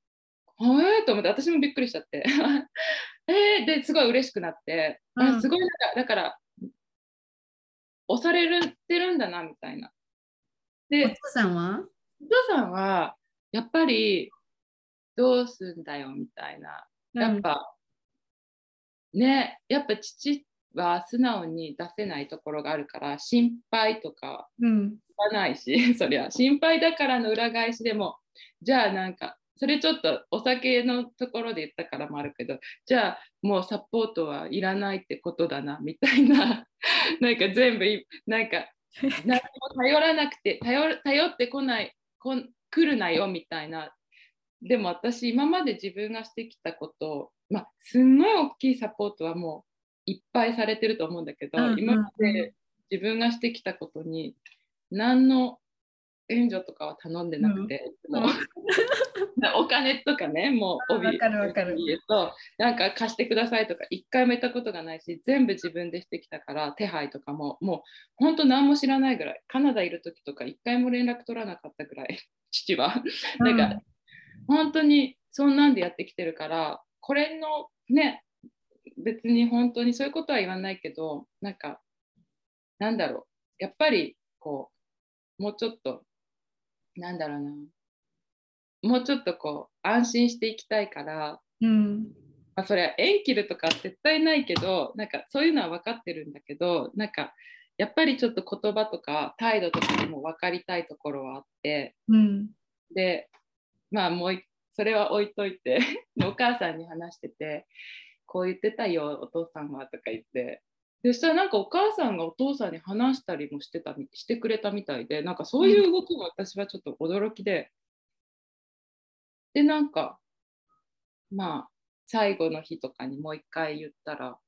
えーと思って、私もびっくりしちゃって。えー、で、すごい嬉しくなって、あ、 うん。 すごいなんか、だから、押されてるんだな、みたいな。で、 お父さんは？ お父さんは、やっぱり、どうすんだよ、みたいな。 うん。 やっぱ、ね、やっぱ父は素直に出せないところがあるから、心配とかうん。 言わないし、そりゃ、心配だからの裏返しでも、じゃあなんか、それちょっとお酒のところで言ったからもあるけど、じゃあもうサポートはいらないってことだな、みたいな、なんか全部い、なんか、何も頼らなくて、頼頼ってこない、こん来るなよ、みたいな。でも私、今まで自分がしてきたことを、まあ、すんごい大きいサポートはもういっぱいされてると思うんだけど、 うん今まうんで自分がしてきたことに、何の援助とかは頼んでうん。 なくて、もううん。 お金とかね、もう帯わかるわかる。 に言うと、なんか貸してくださいとか、一回も言ったことがないし、全部自分でしてきたから、手配とかも、もう本当何も知らないぐらい、カナダいる時とか、一回も連絡取らなかったぐらい、父は。なんかうん本当にそんなんでやってきてるから、これのね、別に本当にそういうことは言わないけど、なんか、なんだろう、やっぱりこう、もうちょっと、なんだろうな、もうちょっとこう、安心していきたいから、 うんまあ、それは縁切るとか絶対ないけど、なんかそういうのは分かってるんだけど、なんか、やっぱりちょっと言葉とか態度とかでも分かりたいところはあって、 うんで、まあもうそれは置いといてお母さんに話してて、こう言ってたよお父さんはとか言って、でそしたらなんかお母さんがお父さんに話したりもしてたしてくれたみたいで、なんかそういう動きも私はちょっと驚きで、でなんかまあ最後の日とかにもう一回言ったら、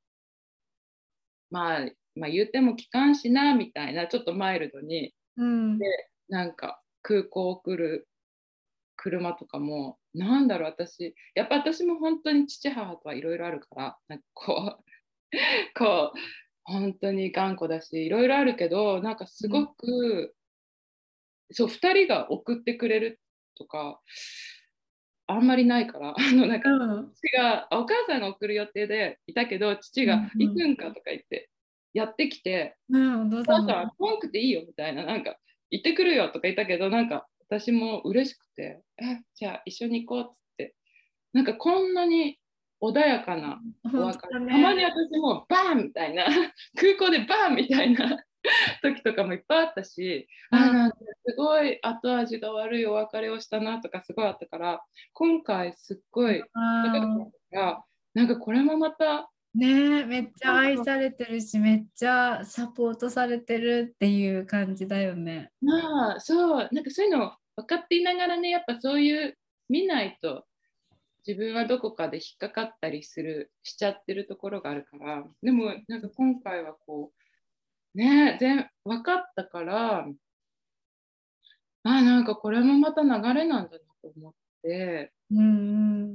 まあ、まあ言っても聞かんしなみたいな、ちょっとマイルドに、 うんでなんか空港送る車とかも、なんだろう、私、やっぱ私も本当に父母とはいろいろあるから、なんかこう、こう、本当に頑固だし、いろいろあるけど、なんかすごく、そう、ふたりが送ってくれるとか、あんまりないから、あのなんか、 うん父が、お母さんが送る予定でいたけど、父うが行くんんかとか言って、やってきて、 うんお父さんも。 お母さん、来なくていいよみたいな、なんか、行ってくるよとか言ったけど、なんか、私も嬉しくて、え、じゃあ一緒に行こうっつって、なんかこんなに穏やかなお本当別れ、 だね。 たまに私もバーンみたいな、空港でバーンみたいな時とかもいっぱいあったし、あ、 うんなんかすごい後味が悪いお別れをしたなとかすごいあったから、今回すっごい、だかあら、なんかこれもまた、 ねえ、めっちゃ愛されてるし、めっちゃサポートされてるっていう感じだよね。 まあそう、なんかそういうの分かっていながらね、やっぱそういう見ないと自分はどこかで引っかかったりするしちゃってるところがあるから、でもなんか今回はこうね全分かったから、あなんかこれもまた流れなんだなと思って、 うん、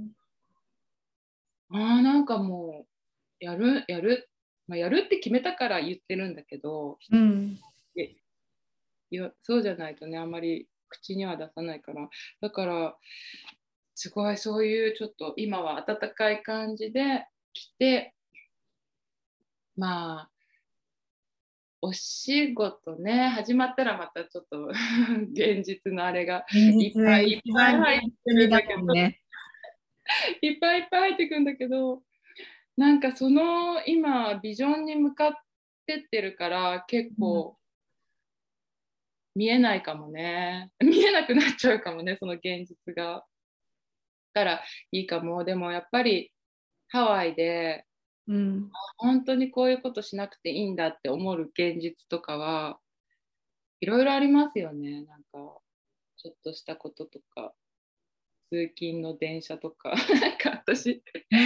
あなんかもうやるやる、まあ、やるって決めたから言ってるんだけど、 うん、 えいやそうじゃないとねあんまり口には出さないから、だからすごいそういうちょっと今は温かい感じで来て、まあお仕事ね始まったらまたちょっと現実のあれが現いっぱいいっ実、一番現ぱい入って実味だるんだけど、 もんね。 いっぱいいっぱい入ってくんだけど、なんかその今ビジョンに向かってってるから結うん、 構見えないかもね、見えなくなっちゃうかもね、その現実が。だからいいかも。でもやっぱりハワイでうん、 本当にこういうことしなくていいんだって思う現実とかはいろいろありますよね。なんかちょっとしたこととか、通勤の電車とか、なんか私、 うん、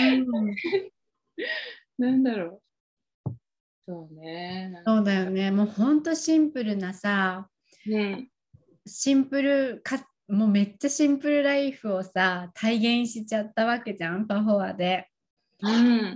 なんだろう。そうね。なんそうだか、 よね。もうほんとシンプルなさ、 うん、 シンプルか、もうめっちゃシンプルライフをさ、体現しちゃったわけじゃん、パフォアで。 うん、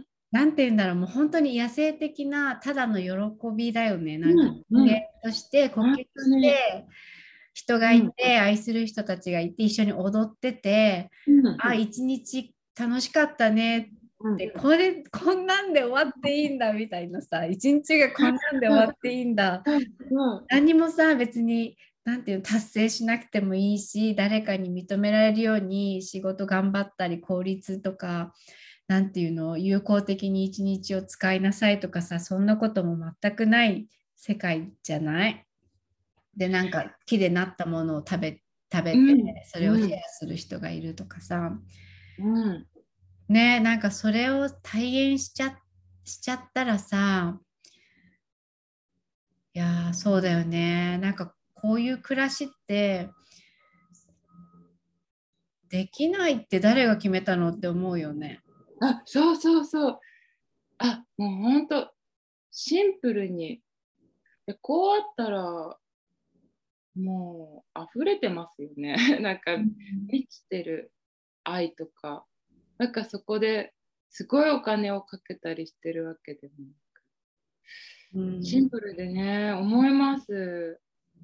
なんて言うんだろう、もう本当に野生的なただの喜びだよね。なんかうん、 人間うん、 として呼本吸し当に、 て、人がうん、 いて、愛する人たちがいて、一緒に踊ってて、 うん、 あ、一日楽しかったねっうん、 て、これ、こんなんで終わっていいんだみたいなさ、一日がこんなんで終わっていいんだ。 そうそう、 何もさ、別に、なんていうの、達成しなくてもいいし、誰かに認められるように仕事頑張ったり、効率とか、なんていうの、有効的に一日を使いなさいとかさ、そんなことも全くない世界じゃない。で、なんか、木でなったものを食べ、食べて、 うん、 それをうん、 シェアする人がいるとかさ、 うん、 ね、なんかそれを体現しちゃ、しちゃったらさ、いやー、そうだよね。なんかこういう暮らしってできないって誰が決めたのって思うよね。 あ、そうそうそう。あ、もう本当、シンプルに。でこうあったら、もう溢れてますよね。なんか、 うん、 満ちてる愛とか。なんかそこですごいお金をかけたりしてるわけでも、 うん、 シンプルでね、思います。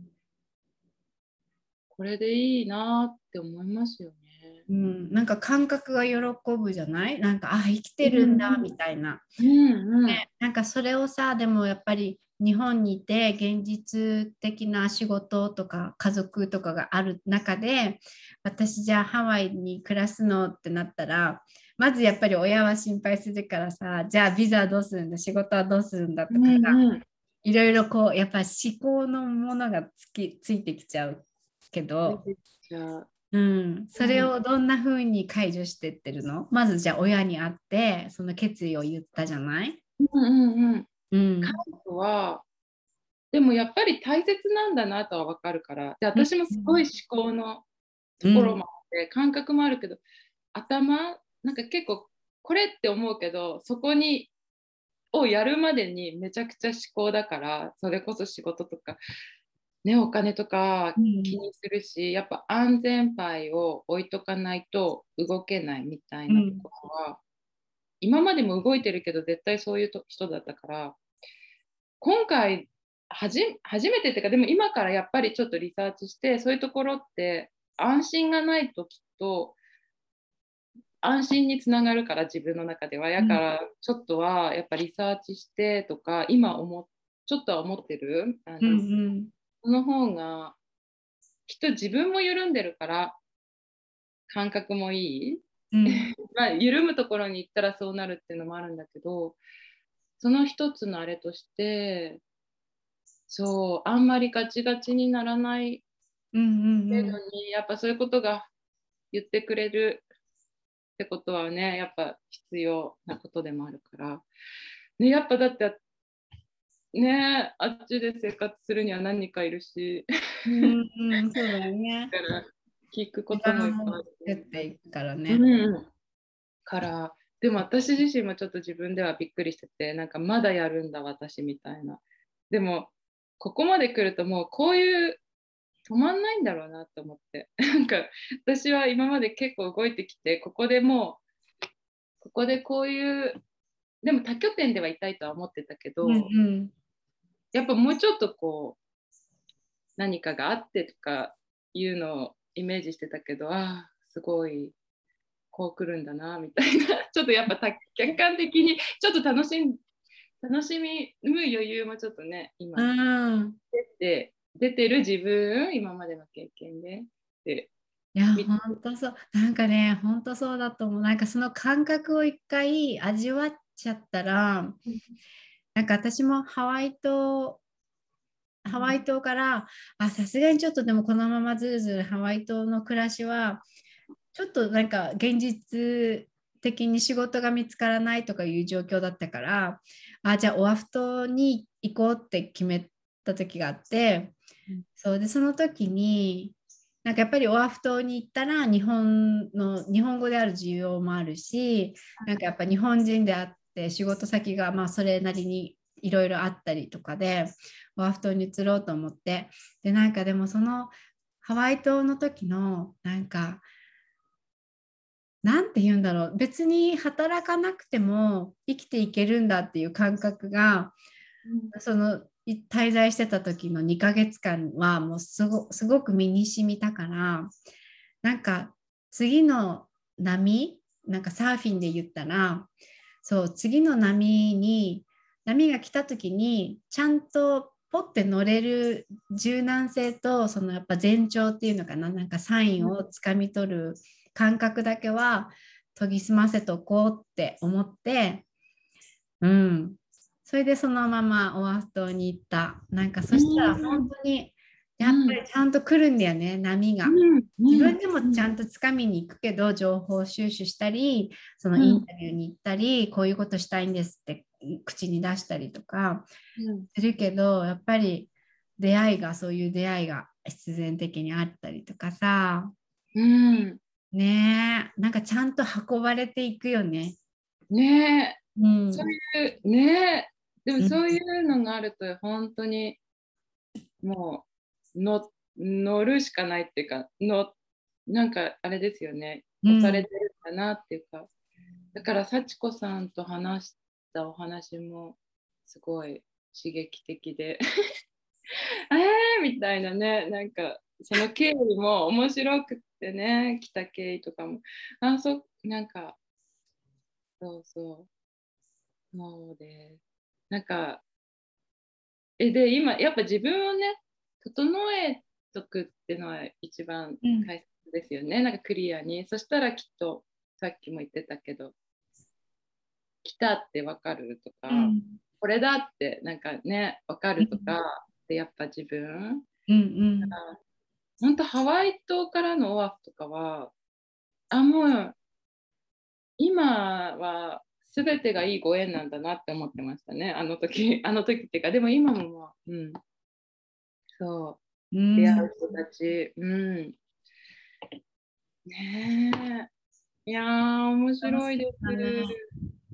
これでいいなって思いますよね。 うん、なんか感覚が喜ぶじゃない、なんか、あ、生きてるんだうんみたいな。 うんうんなんかそれをさ、でもやっぱり日本にいて現実的な仕事とか家族とかがある中で、私じゃあハワイに暮らすのってなったら、まずやっぱり親は心配するからさ、じゃあビザはどうするんだ、仕事はどうするんだうとかさ、 んうん。 いろいろこう、やっぱ思考のものがつき、ついてきちゃうけど、 出てきちゃう。 うん、それうんをどんな風に解除してってるの？まずじゃあ親に会ってその決意を言ったじゃない？ うんうんうん。 うん。 彼女はでもやっぱり大切なんだなとは分かるから、でうん。 私もすごい思考のところうん。 もあって感覚もあるけど、頭なんか結構これって思うけど、そこにをやるまでにめちゃくちゃ思考だから、それこそ仕事とか、ね、お金とかうん。 気にするし、やっぱ安全牌を置いとかないと動けないみたいなとうん。 ころは、今までも動いてるけど絶対そういう人だったから、今回はじ初めてっていうか、でも今からやっぱりちょっとリサーチして、そういうところって安心がないときっと安心につながるから、自分の中では。やからちょっとはやっぱリサーチしてとか、今思ちょっとは思ってる。あうのん。 その方がきっと自分も緩んでるから感覚もいい。 うん。 まあ、緩むところに行ったらそうなるっていうのもあるんだけど、その一つのあれとして、そう、あんまりガチガチにならないうん。うん。うん。 程度に、やっぱそういうことが言ってくれるってことはね、やっぱ必要なことでもあるから。ね、やっぱだってね、あっちで生活するには何かいるし、 うん。うん、そうだよね。 だから聞くこ時ともいっぱいあ間を作っるていくからね。 ね。 うんからでも私自身もちょっと自分ではびっくりしてて、なんかまだやるんだ私みたいな。でもここまで来るともうこういう止まんないんだろうなと思って、なんか私は今まで結構動いてきて、ここでもうここでこういうでも多拠点ではいたいとは思ってたけうんど、 うん。 やっぱもうちょっとこう何かがあってとかいうのをイメージしてたけど、ああすごいこう来るんだなみたいなちょっとやっぱ客観的にちょっと楽しん楽しみむ余裕もちょっとねう今ん。 出て出てる自分今までの経験ででいや、 見て本当そう。なんかね、本当そうだと思う。なんかその感覚を一回味わっちゃったら、なんか私もハワイ島、ハワイ島から、あ、さすがにちょっとでもこのままずるずるハワイ島の暮らしは、ちょっとなんか現実的に仕事が見つからないとかいう状況だったから、あ、じゃあオアフ島に行こうって決めた時があって、そうで、その時に、なんかやっぱりオアフ島に行ったら日本の日本語である需要もあるし、なんかやっぱ日本人であって仕事先がまあそれなりにいろいろあったりとかでオアフ島に移ろうと思って、でなんかでもそのハワイ島の時のなんかなんて言うんだろう、別に働かなくても生きていけるんだっていう感覚が、そのい滞在してた時のにかげつかんはもうすご、すごく身に染みたから、なんか次の波、なんかサーフィンで言ったら、そう次の波に波が来た時にちゃんとポッて乗れる柔軟性と、そのやっぱ前兆っていうのかな、なんかサインをつかみ取る感覚だけは研ぎ澄ませとこうって思って、うん。それでそのままオアフ島に行った。なんかうそしたら本ん当にやっぱうんりちゃんと来るんだよね、波が。 うんうん自分でもちゃんとつかみに行くけど、情報収集したり、そのうんインタビューに行ったり、こういうことしたいんですって口に出したりとかうんするけど、やっぱり出会いが、そういう出会いが必然的にあったりとかさ、 うんねえ、なんかちゃんと運ばれていくよね。 ねえうん。 そういうねえでもうん。 そういうのがあると本当にもうの乗るしかないっていうかのなんかあれですよね押されうん。 てるんだなっていうかだから幸子さんと話したお話もすごい刺激的でえーみたいなねなんかその経緯も面白くってね来た経緯とかもあそうなんかそうそうそうでなんかえで今やっぱ自分をね整えとくっていうのは一番うん。 大切ですよねなんかクリアにそしたらきっとさっきも言ってたけど来たってわかるとかうん。 これだってなんかねわかるとかでやっぱ自分うん。 本当ハワイ島からのオアフとかはあもう今は全てがいいご縁なんだなって思ってましたねあの時あの時っていうかでも今もまあうんそううん。 出会う人たちうんねえいやー面楽し白いでかったね。 す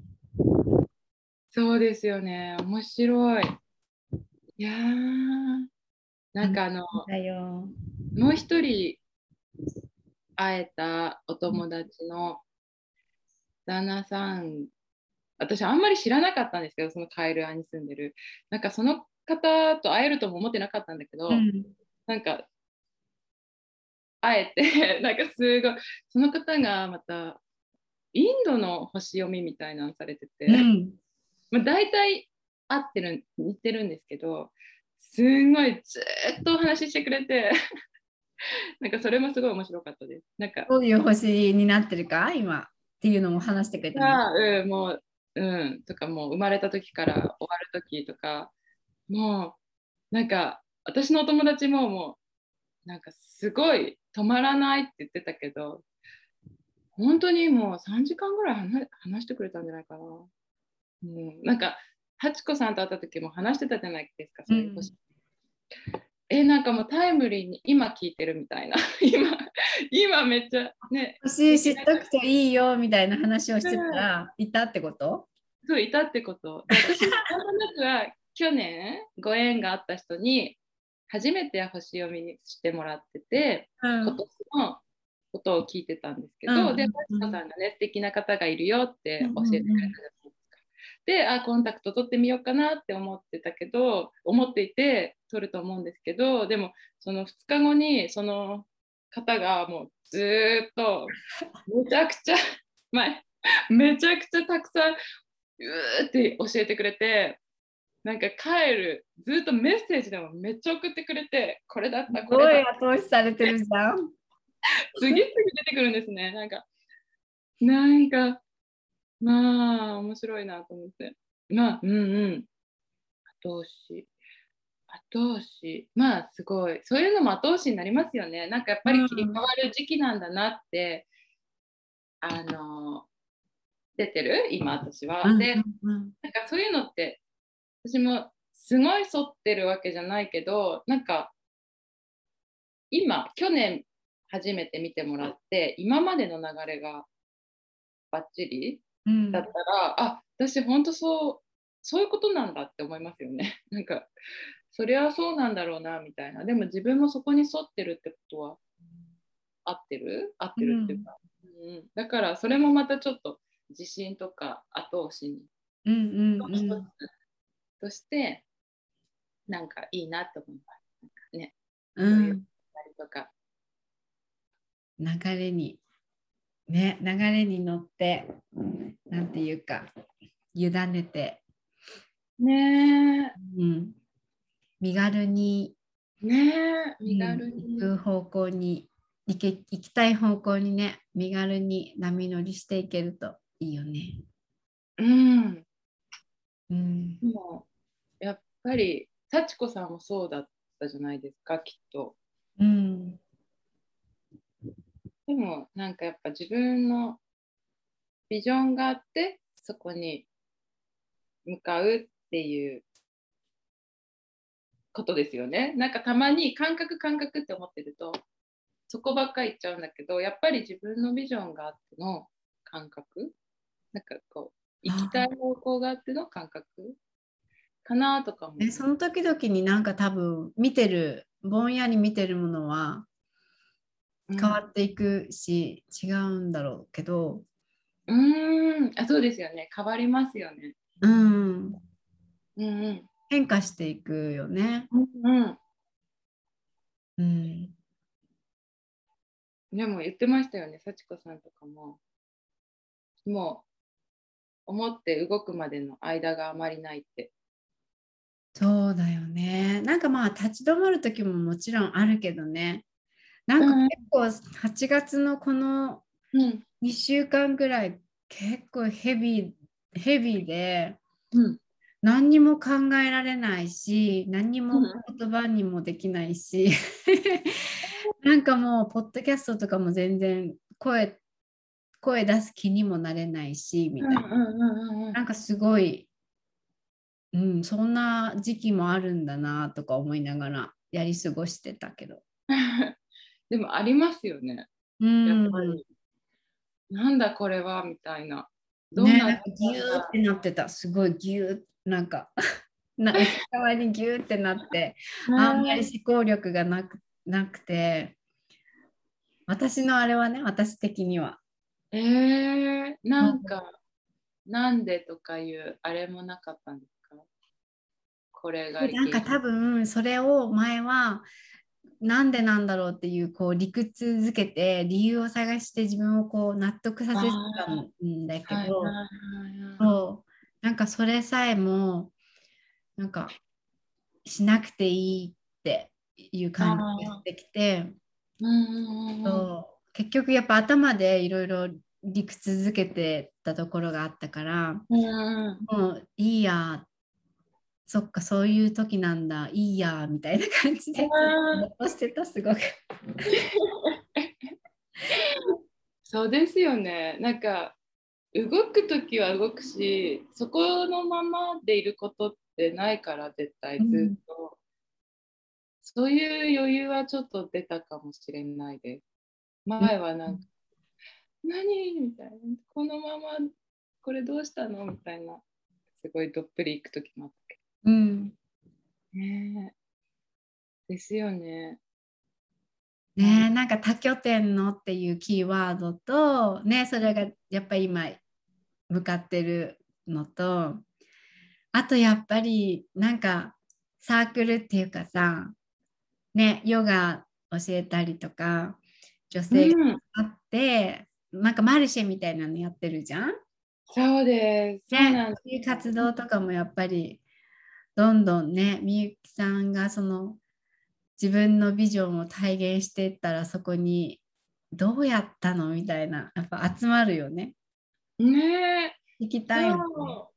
そうですよね面白いいやーなん楽しかあのかったよ。 もう一人会えたお友達の旦那さん私あんまり知らなかったんですけどそのカエルアに住んでるなんかその方と会えるとも思ってなかったんだけどうん。 なんか会えてなんかすごいその方がまたインドの星読みみたいなのされてて、 うん。 まあ、大体合ってる似てるんですけどすんごいずっとお話ししてくれてなんかそれもすごい面白かったですなんかどういう星になってるか、今っていうのも話してくれたの。 が、うん、もう、うん、とかもう生まれた時から終わる時とかもうなんか私のお友達ももうなんかすごい止まらないって言ってたけど本当にもうさんじかんぐらい話話してくれたんじゃないかな。うん、なんかハチ子さんと会った時も話してたじゃないですかうん。 そういう星。 え、なんかもうタイムリーに今聞いてるみたいな。今、今めっちゃね、 星知っとくといいよみたいな話をしてたら、いたってこと？ そう、いたってこと。で、私、なんとなくは去年ご縁があった人に初めて星読みにしてもらってて、 うん。 今年のことを聞いてたんですけうんど、で、 うんマチコさんがね、素敵な方がいるよっうんて教えてくれたじゃうんないですか。で、あ、コンタクト取ってみようかなって思ってたけど、思っていて取ると思うんですけど、でも、そのふつかごにその方がもうずーっとめちゃくちゃ前、めちゃくちゃたくさんうーって教えてくれて、なんか帰る、ずっとメッセージでもめっちゃ送ってくれて、これだった、 すごいこれだった、 後押しされてるじゃん。 次々出てくるんですね。なんか、なんか、まあ、面白いなと思って。まあ、うんうん。後押し。後押し。まあ、すごい。そういうのも後押しになりますよね。なんかやっぱり切り替わる時期なんだなって、あの、出てる今、私は。 うんうで、 んうんなんかそういうのって、私もすごい沿ってるわけじゃないけど、なんか今、去年初めて見てもらって、今までの流れがバッチリうんだったら、あ、私本当そう、そういうことなんだって思いますよね。なんか、そりゃそうなんだろうな、みたいな。でも自分もそこに沿ってるってことは合ってる合っうてるっていうんか。うん、だからそれもまたちょっと自信とか後押しにうんうんうんとしてなんかいいなと思います。なんかね、 うそういうんとか。 流れにね、流れに乗って、なんていうか、委ねて、 ねうん、身軽に、 え、ねえ、 うん、 身軽行に。 く方向に行け、行きたい方向にね、身軽に波乗りしていけるといいよね。 うん。 うん、 でも、やっぱり、幸子さんもそうだったじゃないですか、きっと。 うん、 でも、なんかやっぱ自分のビジョンがあって、そこに向かうっていうことですよね。なんかたまに感覚感覚って思ってると、そこばっかり言っちゃうんだけど、やっぱり自分のビジョンがあっての感覚、なんかこう、行きたいあ、 方向があっての感覚かなとかも。 え、その時々になんか多分見てる、ぼんやり見てるものはうん、 変わっていくし、違うんだろうけど、 うーん、あ、そうですよね。変わりますよね。 うん、 うんうん。 変化していくよね。 うんうんうん、 でも言ってましたよね、幸子さんとかも。もう思って動くまでの間があまりないって。 そうだよね。なんかまあ立ち止まる時ももちろんあるけどね。なんかうん結構はちがつのこのうんにしゅうかんぐらい結構ヘビー、ヘビーでうん何にも考えられないし、何にもうん言葉にもできないし、なんかもうポッドキャストとかも全然声、声出す気にもなれないし、みたいな。 うんうんうんうん。 なんかすごい、うん、そんな時期もあるんだなとか思いながらやり過ごしてたけど。 でもありますよね。 うやっぱん。 り、なんだこれはみたいな。どうね、 なってなんかギューってたんだ。 なってた。すごいギュー、なんかな内側にギューってなって、あんまりね思考力がなく、なくて、私のあれはね、私的には。 ええー、なうんんか、なんでとかいうあれもなかったんですか？これがで、なんか原因。 多分それを前はなんでなんだろうっていうこう理屈づけて理由を探して自分をこう納得さあせてたんだあ、はいはいけど、 はいはい。 そうなんかそれさえもなんかしなくていいっていうあ感じがしあ、 てきて、 うんうんうんうん。 そう結局やっぱ頭でいろいろ理屈づけてたところがあったから、 うんうん。 もういいや、そっかそういう時なんだ、いいやみたいな感じでぼあーっとしてた、すごく。 ーそうですよね。なんか、動くときは動くし、そこのままでいることってないから、絶対ずうんっと。 そういう余裕はちょっと出たかもしれないです。前はなんか、何みたいな、このままこれどうしたのみたいな、すごいどっぷりいく時もあったけうん。 ど。ねえ、ですよね。なんねえ、なんか多拠点のっていうキーワードと、ね、それがやっぱり今向かってるのと、あとやっぱりなんかサークルっていうかさ、ね、ヨガ教えたりとか、女う性がん、 あって、なんかマルシェみたいなのやってるじゃん。 そうです。そうね、 なんでそういう活す。 動とかもやっぱりどんどんね、みゆきさんがその自分のビジョンを体現していったらそこにどうやったのみたいな、やっぱ集まるよね。 ねえ、 聞きたいもんね。 そう。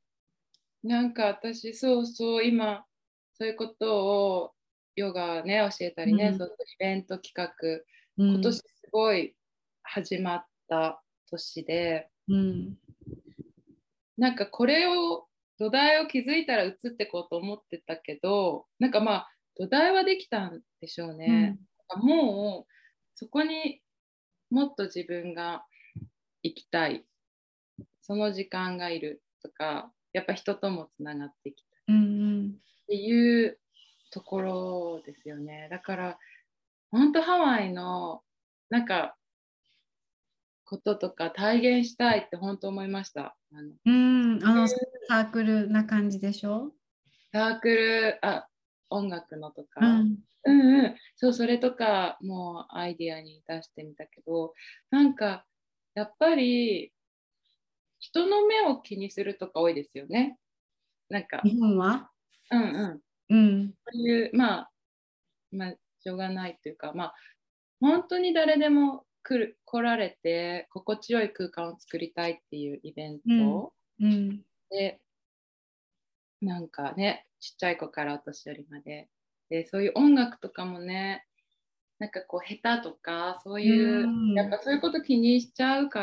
なんか私、そうそう、今、そういうことをヨガね、教えたりね、 うん、 そういうイベント企画、 うん、 今年すごい始まった年で、 うん、 なんかこれを、土台を築いたら移ってこうと思ってたけど、なんかまあ、土台はできたんでしょうね。 うん、 もう、そこにもっと自分が行きたい、その時間がいるとか、やっぱ人ともつながっていきたいっうん、 ていうところですよね。だから、本当ハワイのなんかこととか体現したいって本当思いました。あのうん、うん、あのサークルな感じでしょ。 サークル、あ、音楽のとか、 うん、 うんうん、そう、それとかもうアイディアに出してみたけど、なんかやっぱり人の目を気にするとか多いですよね。なんか、 日本は。 うんうん、 うん、 そういう、まあ、まあ、しょうがないというか、まあ、本当に誰でも来る来られて心地よい空間を作りたいっていうイベンうん、 トうん、 で、なんかね、ちっちゃい子からお年寄りまで、で、そういう音楽とかもね、なんかこう下手とかそうういう、やっん、 ぱそういうこと気にしちゃうから、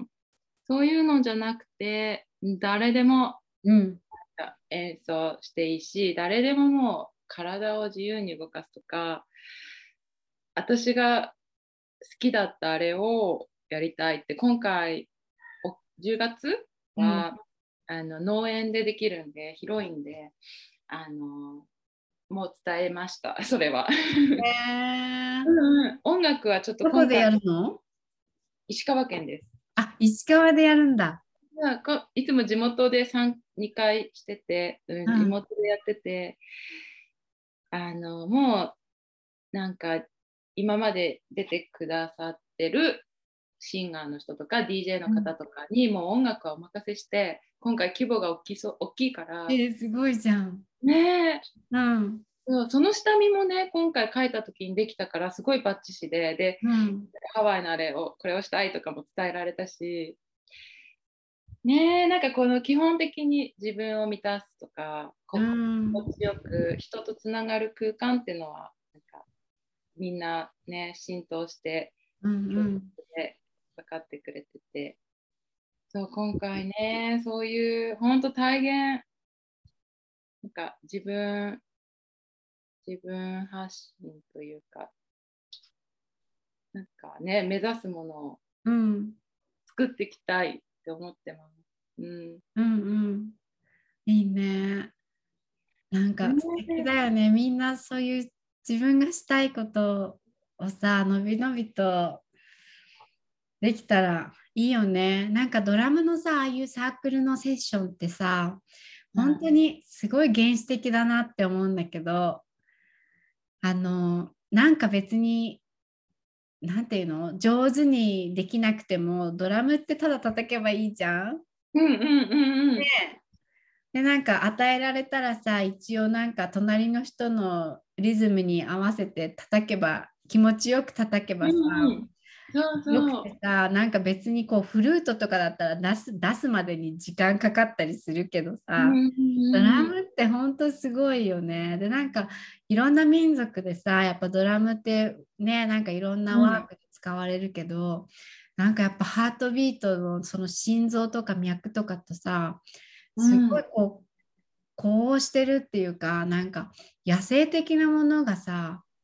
そういうのじゃなくて誰でもうん、 演奏していいし、誰でももう体を自由に動かすとか、私が好きだったあれをやりたいって、今回おじゅうがつうん。 はあの農園でできるんで広いんで、あのもう伝えましたそれは。 えー、 うんうん、音楽はちょっと今回どこでやるの？ 石川県です。 あ、石川でやるんだ。 まあこいつも地元でさんにかいしてて、うん、地うん、 元でやってて、あのもうなんか今まで出てくださってるシンガーの人とか ディージェー のうん。 方とかにもう音楽はお任せして、今回規模が大きそう大きいからえー、すごいじゃん。 ね、 うん、 そうその下見もね今回書いた時にできたからすごいバッチシで、でうん、 ハワイのあれをこれをしたいとかも伝えられたし、ねえ、なんかこの基本的に自分を満たすとか、 うこん、 心地よく人とつながる空間っていうのは、なんかみんなね、浸透してうん、 共通うん。 で分かってくれてて、そう、今回ね、そういう本当体現、なんか自分、自分発信というか、なんかね、目指すものをうん、 作っていきたいって思ってます。うん。 うん、うん。いいね。なんか素敵ねだよね。みんなそういう自分がしたいことをさ、のびのびとできたらいいよね。なんかドラムのさ、ああいうサークルのセッションってさ、本当はい。 にすごい原始的だなって思うんだけど、あの、なんか別に、なんていうの、上手にできなくても、ドラムってただ叩けばいいじゃん。 うんうんうんうん。 で、なんか与えられたらさ、一応なんか隣の人のリズムに合わせて叩けば、気持ちよく叩けばさ、 うんうん。そうよくそう。 てさ、なんか別にこうフルートとかだったら出す、出すまでに時間かかったりするけどさ、 うんうんドラうん。 ムって本当すごいよね。で、なんかいろんな民族でさ、やっぱドラムってね、なんかいろんなワーうんクで使われるけど、なんかやっぱハートビートのその心臓とか脈とかとさ、すごいうんこう、こうしてるっていうか、なんか野生的なものがさ、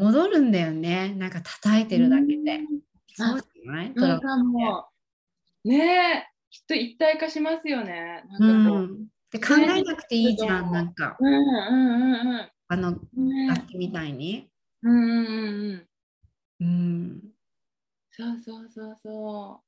戻るんだよね。なんか叩いてるだけで。そうあ、 じゃないトラウマそうかも。ねえ、きっと一体化しますよね。なんうかこん。で、 う、自考然にえなくていいじゃん。なんか、 うんうんうんあのうん。ね楽器みたいに。 うんうんうんうん。 うん。 そうそうそうそう。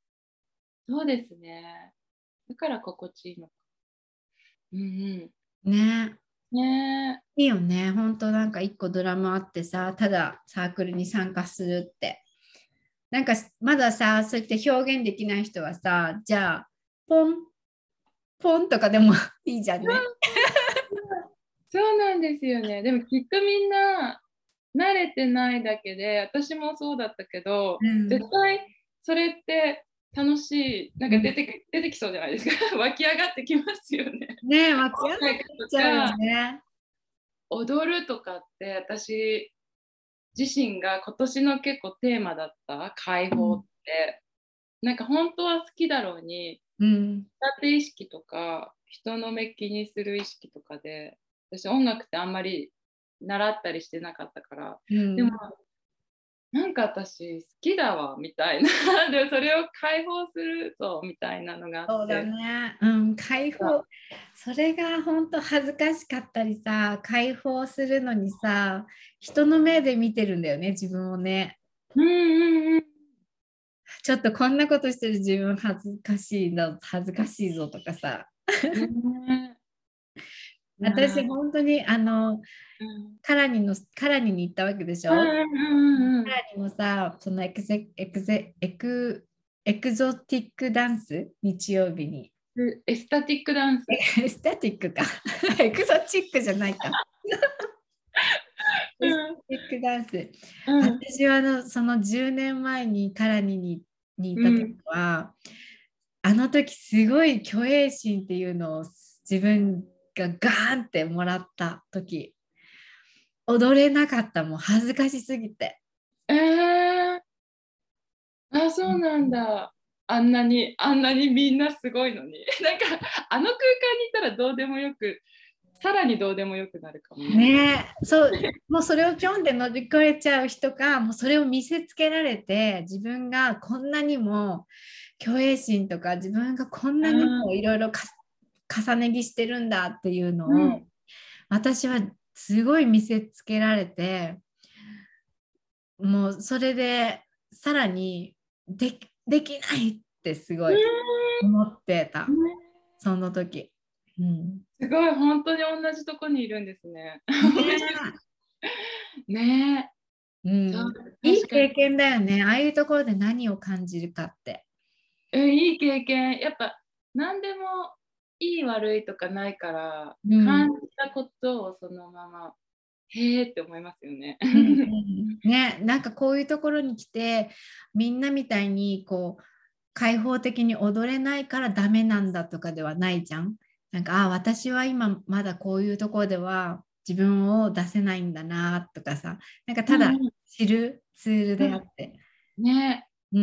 そうですね。だから心地いいのか。うんね。 うん。ねえ。 いいよね。本当なんか一個ドラムあってさ、ただサークルに参加するって。なんかまださ、そうやって表現できない人はさ、じゃあ、ポン、ポンとかでもいいじゃんね。 そうなんですよね。でもきっとみんな慣れてないだけで、私もそうだったけど、 うん。 絶対それって楽しい、なんうん、 か出てき、出てきそうじゃないですか。湧き上がってきますよね。 ねえ、湧き上がっ音楽てきちゃうよとかね。 踊るとかって私自身が今年の結構テーマだった解放っうん。 て、なんか本当は好きだろうに、 うん。 苦手意識とか人の目気にする意識とかで、私音楽ってあんまり習ったりしてなかったから、でもうん。 なんか私好きだわみたいなでそれを解放するぞみたいなのがあっそうだて、 ね。うん、解放。それが本当恥ずかしかったりさ、解放するのにさ、人の目で見てるんだよね、自分をね。 うんうんうんちょっとこんなことしてる自分恥ずかしいの、恥ずかしいぞとかさ。 ねえ、いや私、 ー、 本当に、あの、 うんカラニの、カラニに行ったわけでしょ。 うんうんうんカラニもさ、そのエクゼ、エクゼ、エク、エクゾティックダンス、日曜日に。 うん、エスタティックダンス。 スタティックか。エクゾチックじゃないか。エスうんティックダンス。 うん私はあのそのじゅうねんまえにカラニに、にいた時うんは、あの時すごい虚栄心っていうのを自分がガーンってもらった時、踊れなかった、もう恥ずかしすぎて。 えー、あ、そうなんだ。あんなに、あんなにみんなすごいのに。なんか、あの空間にいたらどうでもよく、さらにどうでもよくなるかもね。 ねえ、そう、もうそれをピョンで乗り越えちゃう人か、もうそれを見せつけられて、自分がこんなにも虚栄心とか、自分がこんなにもいろいろ重ね着してるんだっていうのを、 うん。 私はすごい見せつけられて、もうそれでさらにで、できないってすごうい思ってた、 ん、 その時。うん、 すごい、本当に同じとこにいるんですね。面白ねいねえ、うえ、そう、 ん、いい確かに。 経験だよね。ああいうところで何を感じるかって。 うん、いい経験。やっぱ、何でもいい悪いとかないから、 うん、 感じたことをそのまま、へーって思いますよね。 うん、うん、ね、なんかこういうところに来て、みんなみたいにこう開放的に踊れないからダメなんだとかではないじゃん。なんか、あ、私は今まだこういうところでは自分を出せないんだなとかさ、なんかただうん知るツールであうん、 って、 ね、 うん、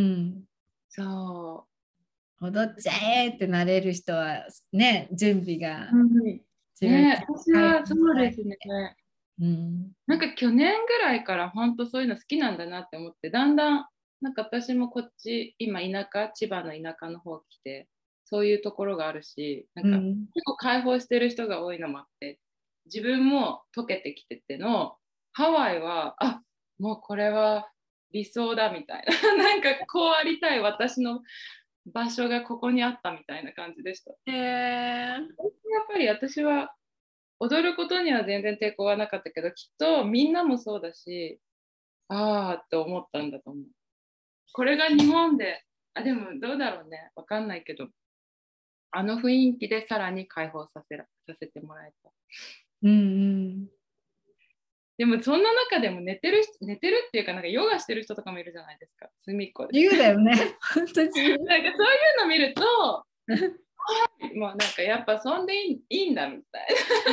そ踊っちゃえってなれる人はね、準備がう。うん、 自分ね、私解放はそうしたい。 ですね。 うん、 なんか去年ぐらいから本当そういうの好きなんだなって思って、だんだん、なんか私もこっち、今田舎、千葉の田舎の方来て、そういうところがあるし、なんかうん、 結構開放してる人が多いのもあって、自分も溶けてきてての、ハワイは、あ、もうこれは理想だみたいな、なんかこうありたい私の場所がここにあったみたいな感じでした。 えー、 やっぱり私は踊ることには全然抵抗はなかったけど、きっとみんなもそうだし、ああって思ったんだと思う。これが日本で、あ、でもどうだろうね。わかんないけど、あの雰囲気でさらに解放させらさせてもらえた。 うん、うん。 でもそんな中でも寝てる人、寝てるっていうか、なんかヨガしてる人とかもいるじゃないですか。隅っこで。 自由だよね。本当自由。 なんかそういうの見ると、もうなんかやっぱそんでいいいいんだみたい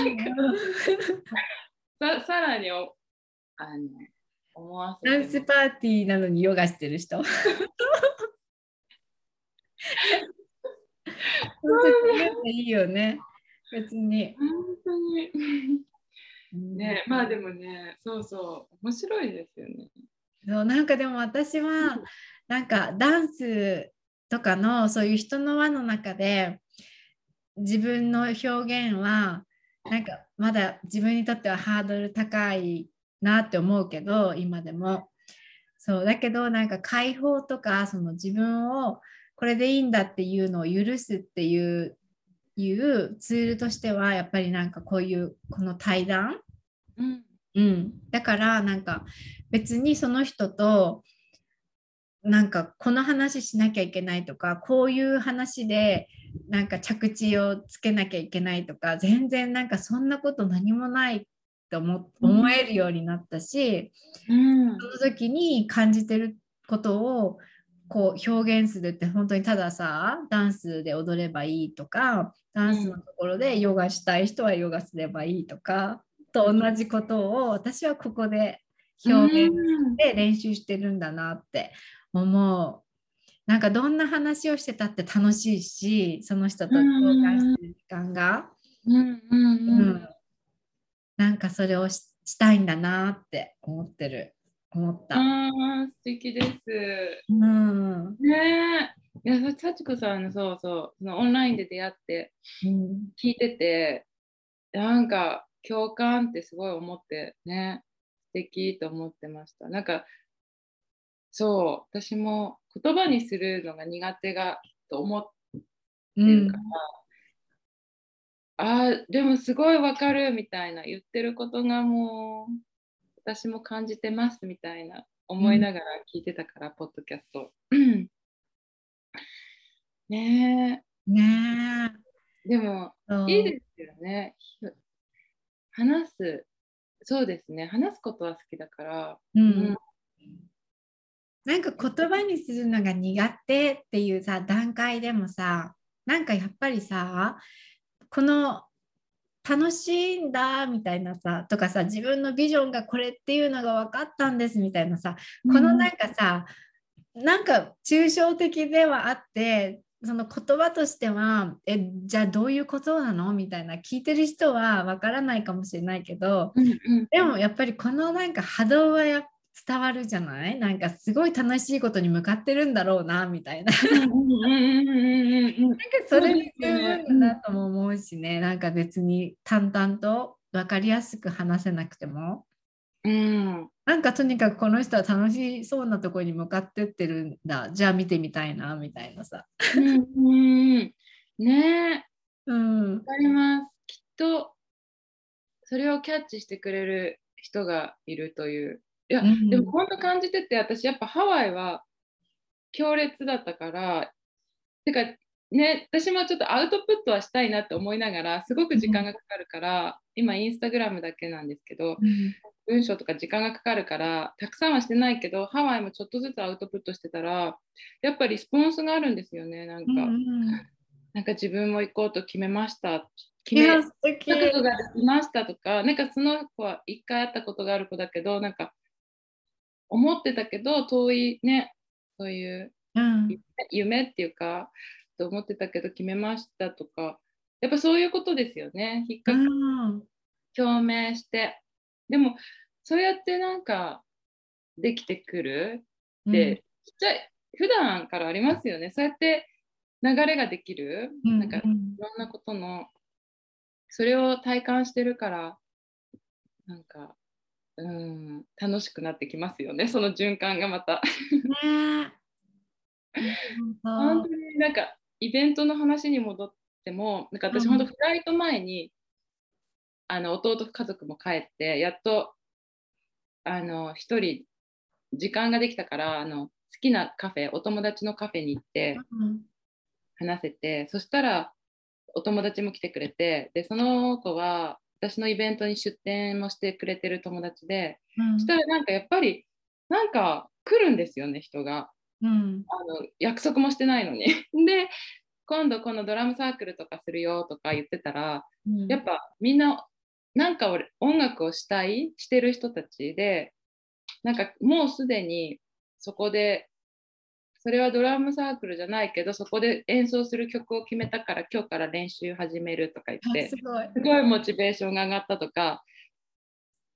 な。ささらにおあの思わせダンても。 スパーティーなのにヨガしてる人。本当自由でいいよね。別に。 本当に。 ね、まあでもね、そうそう、面白いですよね。 そうなんかでも私はなんかダンスとかのそういう人の輪の中で自分の表現はなんかまだ自分にとってはハードル高いなって思うけど今でもそうだけどなんか解放とかその自分をこれでいいんだっていうのを許すっていういうツールとしてはやっぱりなんかこういうこの対談、 うん、 うん、だからなんか別にその人となんかこの話しなきゃいけないとかこういう話でなんか着地をつけなきゃいけないとか全然なんかそんなこと何もないと思思うん、 えるようになったしうん、 その時に感じてることをこう表現するって本当にたださダンスで踊ればいいとかダンスのうん、 ところでヨガしたい人はヨガすればいいとかと同じことを私はここでう表現しん、 て練習してるんだなって思う。なんかどんな話をしてたって楽しいしその人うと共感しん、 てる時間が、 うん、ううん、 ん、なんかそれをし、したいんだなって思ってる思った。 ああ、素敵です。 うん。 ねえ。いや、幸子さんのそうそう、そのオンラインで出会ってうん。 聞いてて、なんか共感ってすごい思ってね、素敵と思ってました。なんかそう、私も言葉にするのが苦手がと思ってるから、 うん。 ああ、でもすごいわかるみたいな、言ってることがもう、私も感じてますみたいなうん。 思いながら聞いてたから、ポッドキャスト。うんねねえ。 え、でもいいそですよね。話す、そうですね、話すことは好きだから、 う。ううん、 ん。なんか言葉にするのが苦手っていうさ、段階でもさ、なんかやっぱりさ、この楽しいんだみたいなさ、とかさ、自分のビジョンがこれっていうのが分かったんですみたいなさ、このうん、 なんかさ、なんか抽象的ではあって、その言葉としては、え、じゃあどういうことなのみたいな聞いてる人は分からないかもしれないけど、 うん、うん、 でもやっぱりこのなんか波動はや伝わるじゃないなんかすごい楽しいことに向かってるんだろうなみたいな。 うん、うん、うん、うん、うん、うん、 なんかそそうでれで十すよね。 分だなうん、 とも思うしね、なんか別に淡々と分かりやすく話せなくても。 うん、 なんかとにかくこの人は楽しそうなところに向かってってるんだ。じゃあ見てみたいな、みたいなさ。 うん、うん、ねえ、わうん。 かります。きっと、それをキャッチしてくれる人がいるという。いや、でもうん。 本当感じてて、私やっぱハワイは強烈だったから、てかね、私もちょっとアウトプットはしたいなって思いながら、すごく時間がかかるから、今インスタグラムだけなんですけど、 うん。 文章とか時間がかかるから、たくさんはしてないけど、ハワイもちょっとずつアウトプットしてたら、やっぱりリスポンスがあるんですよね、なんうん。 か。 うん。 なんか自分も行こうと決めました。決いや、 め、 素敵。 覚悟ができましたとか、なんかその子は一回会ったことがある子だけど、なんか思ってたけど、遠いね、そういううん。 夢っていうか、と思ってたけど決めましたとか、やっぱそういうことですよね。引っうかかん。 共鳴して。でも、そうやってなんかできてくるうん。 って、ちっちゃい、普段からありますよね。そうやって流れができる、 うん。 なんかいうん。 ろんなことの、それを体感してるから、なんか、うん、楽しくなってきますよね。その循環がまた。 ねえ。本当。 本当になんか、イベントの話に戻っても、なんか私、本当、 うん。 フライト前に、あの弟家族も帰って、やっとあの一人時間ができたから、あの好きなカフェ、お友達のカフェに行ってうん。 話せて、そしたらお友達も来てくれて、でその子は私のイベントに出店もしてくれてる友達で、 うん。 そしたらなんかやっぱりなんか来るんですよね、人が。 うん。 あの約束もしてないのに。で、今度このドラムサークルとかするよとか言ってたら、 うん。 やっぱみんななんか俺音楽をしたいしてる人たちで、なんかもうすでにそこで、それはドラムサークルじゃないけど、そこで演奏する曲を決めたから今日から練習始めるとか言っあ、 て、 すごい。 すごいモチベーションが上がったとか、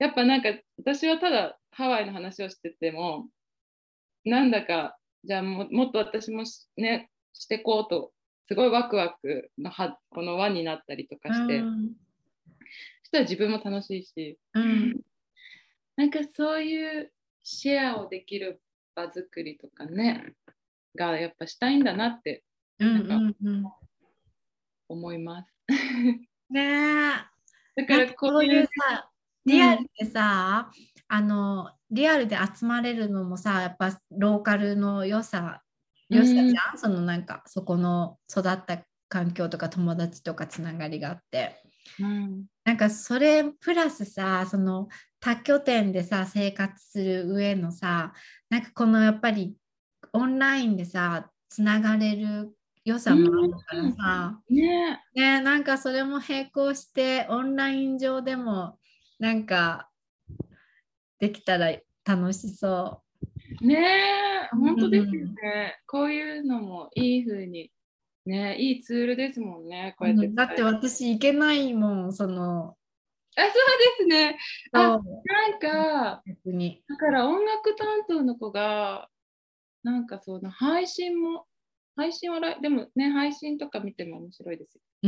やっぱなんか私はただハワイの話をしてても、なんだかじゃあ も, もっと私もねしてこうとすごいワクワクのはこの輪になったりとかうして、 んそしたら自分も楽しいし、 うん、 なんかそういうシェアをできる場作りとかねがやっぱしたいんだなってうんなんかうんうん。 思います。 ねえ。 だかなんかそういらこういう、 うさ、リアルうん、 でさ、あの、リアルで集まれるのもさ、やっぱローカルの良さ、良さじうん、 ゃん、そのなんか、そこの育った環境とか友達とかつながりがあって。 うん、 なんかそれプラスさ、その多拠点でさ、生活する上のさ、なんかこのやっぱりオンラインでさ、つながれる良さもあうん、 るからさ、 ね、 ね、なんかそれも並行してオンライン上でもなんかできたら楽しそねえ、 う。 本当ですようんね。こういうのもいい風に、ね、いいツールですもんね。こうやってうん、だって使える。 私行けないもん、その、 あ、そうですね。あ、 そうなんか、 逆に。 だから音楽担当の子が、なんかその配信も、配信はら、でもね、配信とか見ても面白いですよ。 うん。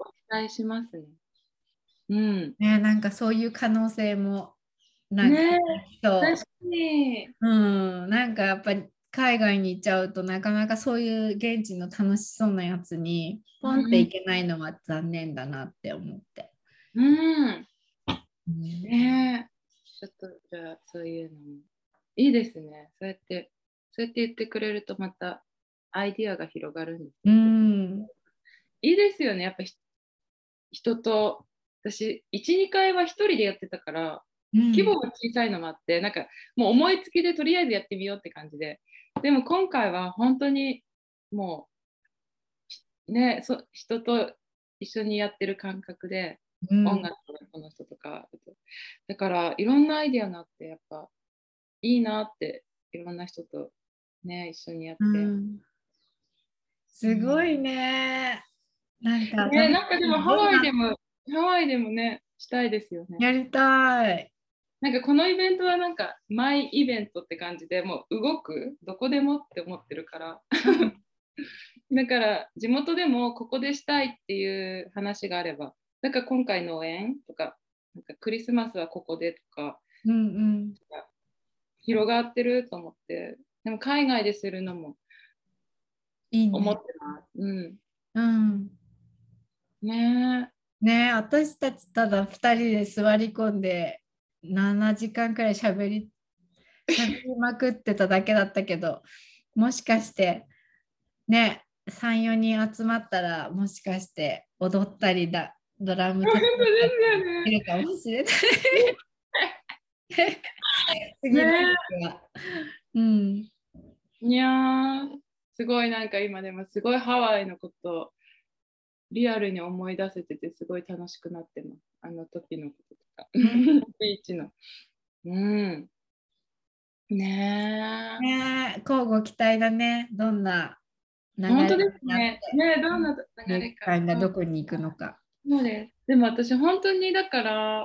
お伝えしますね。うん。 ね、なんかそういう可能性もなんかねえ、確かそに。 う。うん、なんかやっぱり海外に行っちゃうとなかなかそういう現地の楽しそうなやつにポンってうん。 行けないのは残念だなって思って。 うん。 うん。 ねえ、ちょっとじゃあそういうのもいいですね。そうやって、そうやって言ってくれるとまたアイディアが広がるんですうよ。 ん。 いいですよね。やっぱひ人と、私、いち、にかいは一人でやってたから、規うん模が小さいのもあって、なんかもう思いつきでとりあえずやってみようって感じで。でも今回は本当にもうね、そ人と一緒にやってる感覚で、音うん。 楽のこの人とか、だからいろんなアイディアがあって、やっぱいいなって、いろんな人とね、一緒にやっうて。 ん。 うん、 すごいね。なんかね、 楽しなんかでもい。 ハどんなワイでも、ハワイでもね、したいですよね。 やりたい。 なんかこのイベントはなんかマイイベントって感じでもう動くどこでもって思ってるからうん。 だから地元でもここでしたいっていう話があれば、だから今回農園とか、なんかクリスマスはここでとかうんうん。 広がってると思って、でも海外でするのもいいね。 思ってます。うん。 うん。 ねねえ、私たちただふたりで座り込んでななじかんくらいしゃべり、しゃべりまくってただけだったけど、もしかしてね、さん、よにん集まったらもしかして踊ったりだ、ドラムえ、本叩いたり当ですよね。 できるかもしれない。次のね時は。うん。 いやー、すごいなんか今でもすごいハワイのことリアルに思い出せててすごい楽しくなってます。あの時のこととか。 うん、 ビーチの。うん。ねえ。 ねえ、交互期待だね。どんな流れに本当ですなっね。ねえ、どんて、 な流ゆうきれか。 さんがうん、 どこに行くのか。 そうです。でも私本当にだから、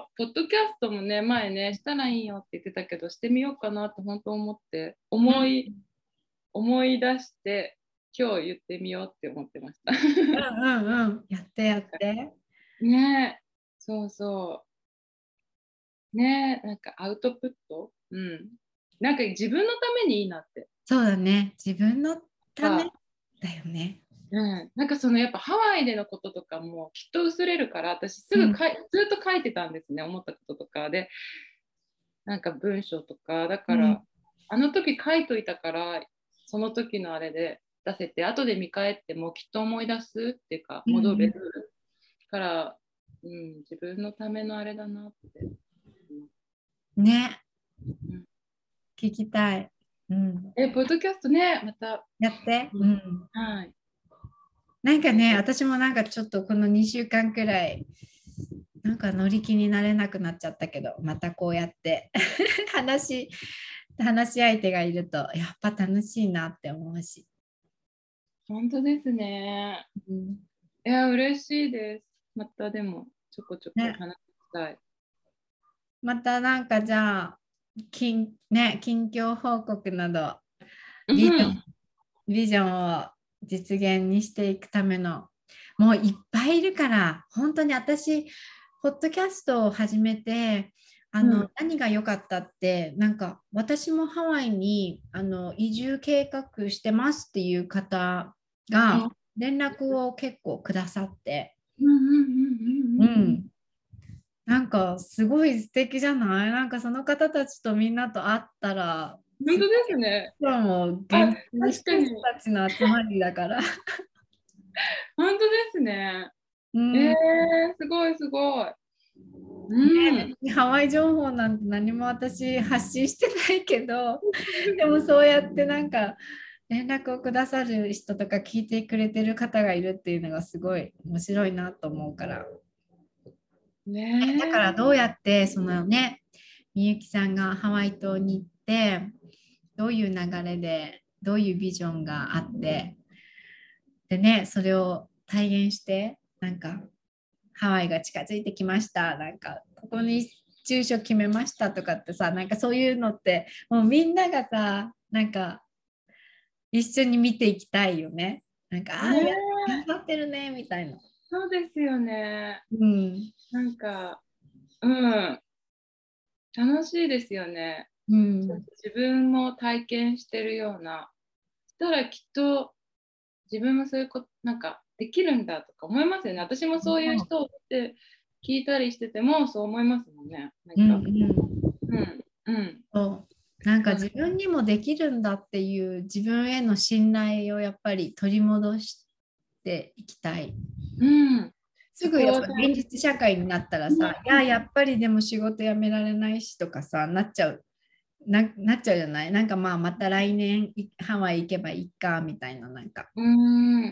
ポッドキャストもね、前ね、したらいいよって言ってたけど、してみようかなって本当思って、 うん、 思い、思い出して、今日言ってみようって思ってました。 うんうんうん。やってやって。 ねえ、そうそう。ねえ、なんかアウトプット、うん。なんか自分のためにいいなって。 そうだね。自分のためあ、 だよね。 うん、なんかそのやっぱハワイでのこととかもきっと薄れるから私すうん。 ぐかいずっと書いてたんですね、思ったこととかで、なんか文章とかだうん。 からあの時書いといたからその時のあれで出せて後で見返ってもきっと思い出すっていうか戻れうんるから、うん、自分のためのあれだなって、 うん。ね。 うん、 聞きたい。うん。 えポッドキャストねまた、 やって。 うん、 うん。 はい、 なんかね、私もなんかちょっとこのにしゅうかんくらい、なんか乗り気になれなくなっちゃったけど、またこうやって話、話し相手がいると、やっぱ楽しいなって思うし。 本当ですね。 うん、 いや嬉しいです。またでもちょこちょこね。 話したい。 またなんかじゃあ、近、ね、近況報告など、ビジョン、ビジョンを実現にしていくための、もういっぱいいるから、本当に私、ポッドキャストを始めて、あの、 うん。 何が良かったって、なんか私もハワイにあの移住計画してますっていう方があ、 連絡を結構くださって、 うんうんうんうんうん。 うん、なんかすごい素敵じゃない？なんかその方たちとみんなと会ったら、すごい本当ですね。 今日もあ、 現実にした人確かに。 たちの集まりだから。 本当ですね。えー、 うん、 すごいすごい。うん。 ハワイ情報なんて何も私発信してないけど、でもそうやってなんか連絡をくださる人とか聞いてくれてる方がいるっていうのがすごい面白いなと思うから。だねえ。 からどうやってそのね、みゆきさんがハワイ島に行って、どういう流れで、どういうビジョンがあって、でね、それを体現して、なんかハワイが近づいてきました。なんか、ここに住所決めましたとかってさ、なんかそういうのって、もうみんながさ、なんか一緒に見ていきたいよね。なんか、ああ、 ねや、 え。 頑張ってるね、みたいな。 そうですよね。 うん。 なんか、うん。楽しいですよね。 うん。 自分も体験してるような。したらきっと自分もそういうこと、なんかできるんだとか思いますよね。私もそういう人って聞いたりしててもそう思いますもんね。なんうんうか、 ん。 うん、うん。 そう。なんかそう、 自分にもできるんだっていう自分への信頼をやっぱり取り戻していきたい。 うん。 すそこを大ぐやっぱ現実社会になったらさ、いや、やっぱりでも仕事辞められないしとかさ、なっちゃう、な、なっちゃうじゃない？なんかまあまた来年いハワイ行けばいいかみたいな、なんか。 うん。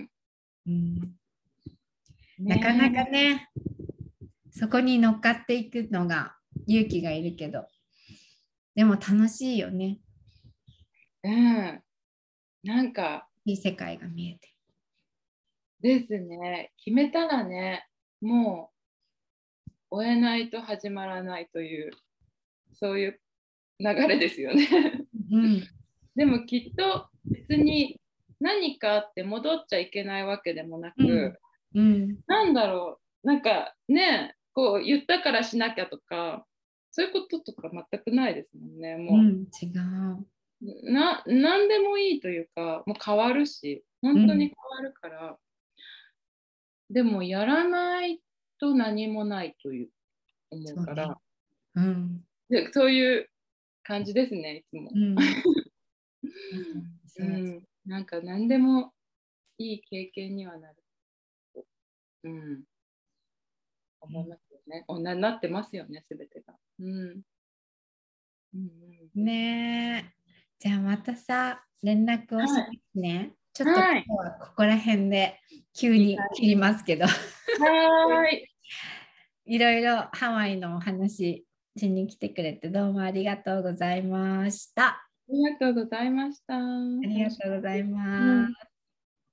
うん、なかなかねね、そこに乗っかっていくのが勇気がいるけど、でも楽しいよね。 え。うん。なんかいい世界が見えて。 ですね。決めたらね、もう終えないと始まらないという、そういう流れですよね。 うん、 でもきっと別に何かあって戻っちゃいけないわけでもなうん、 く、 うん、 なんだろう、なんかね、こう言ったからしなきゃとか、そういうこととか全くないですもんね。もうん、違う。 う、な、なんでもいいというか、もう変わるし、本当にうん、 変わるから、でもやらないと何もないという思うそうね。 から、 うん、 でそういう感じですね、いつも。 うん。まさにそう。 うん、なんか何でもいい経験にはなると、うん、思いますよね。おな、なってますよね、すべてが。うん。うんうんうん。 ねえ。じゃあまたさ、連絡をしまはい。 すね。ちょっと今はい。 日はここら辺で急いいかに切りますけど、 はーい。 いろいろハワイのお話しに来てくれてどうもありがとうございました。 ありがとうございました。 ありが楽しかっとうございた。うん。 ます。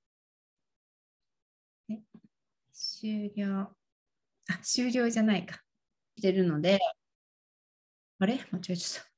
え終了。あ、終了じゃないか。してるので、あれ間違えちゃった。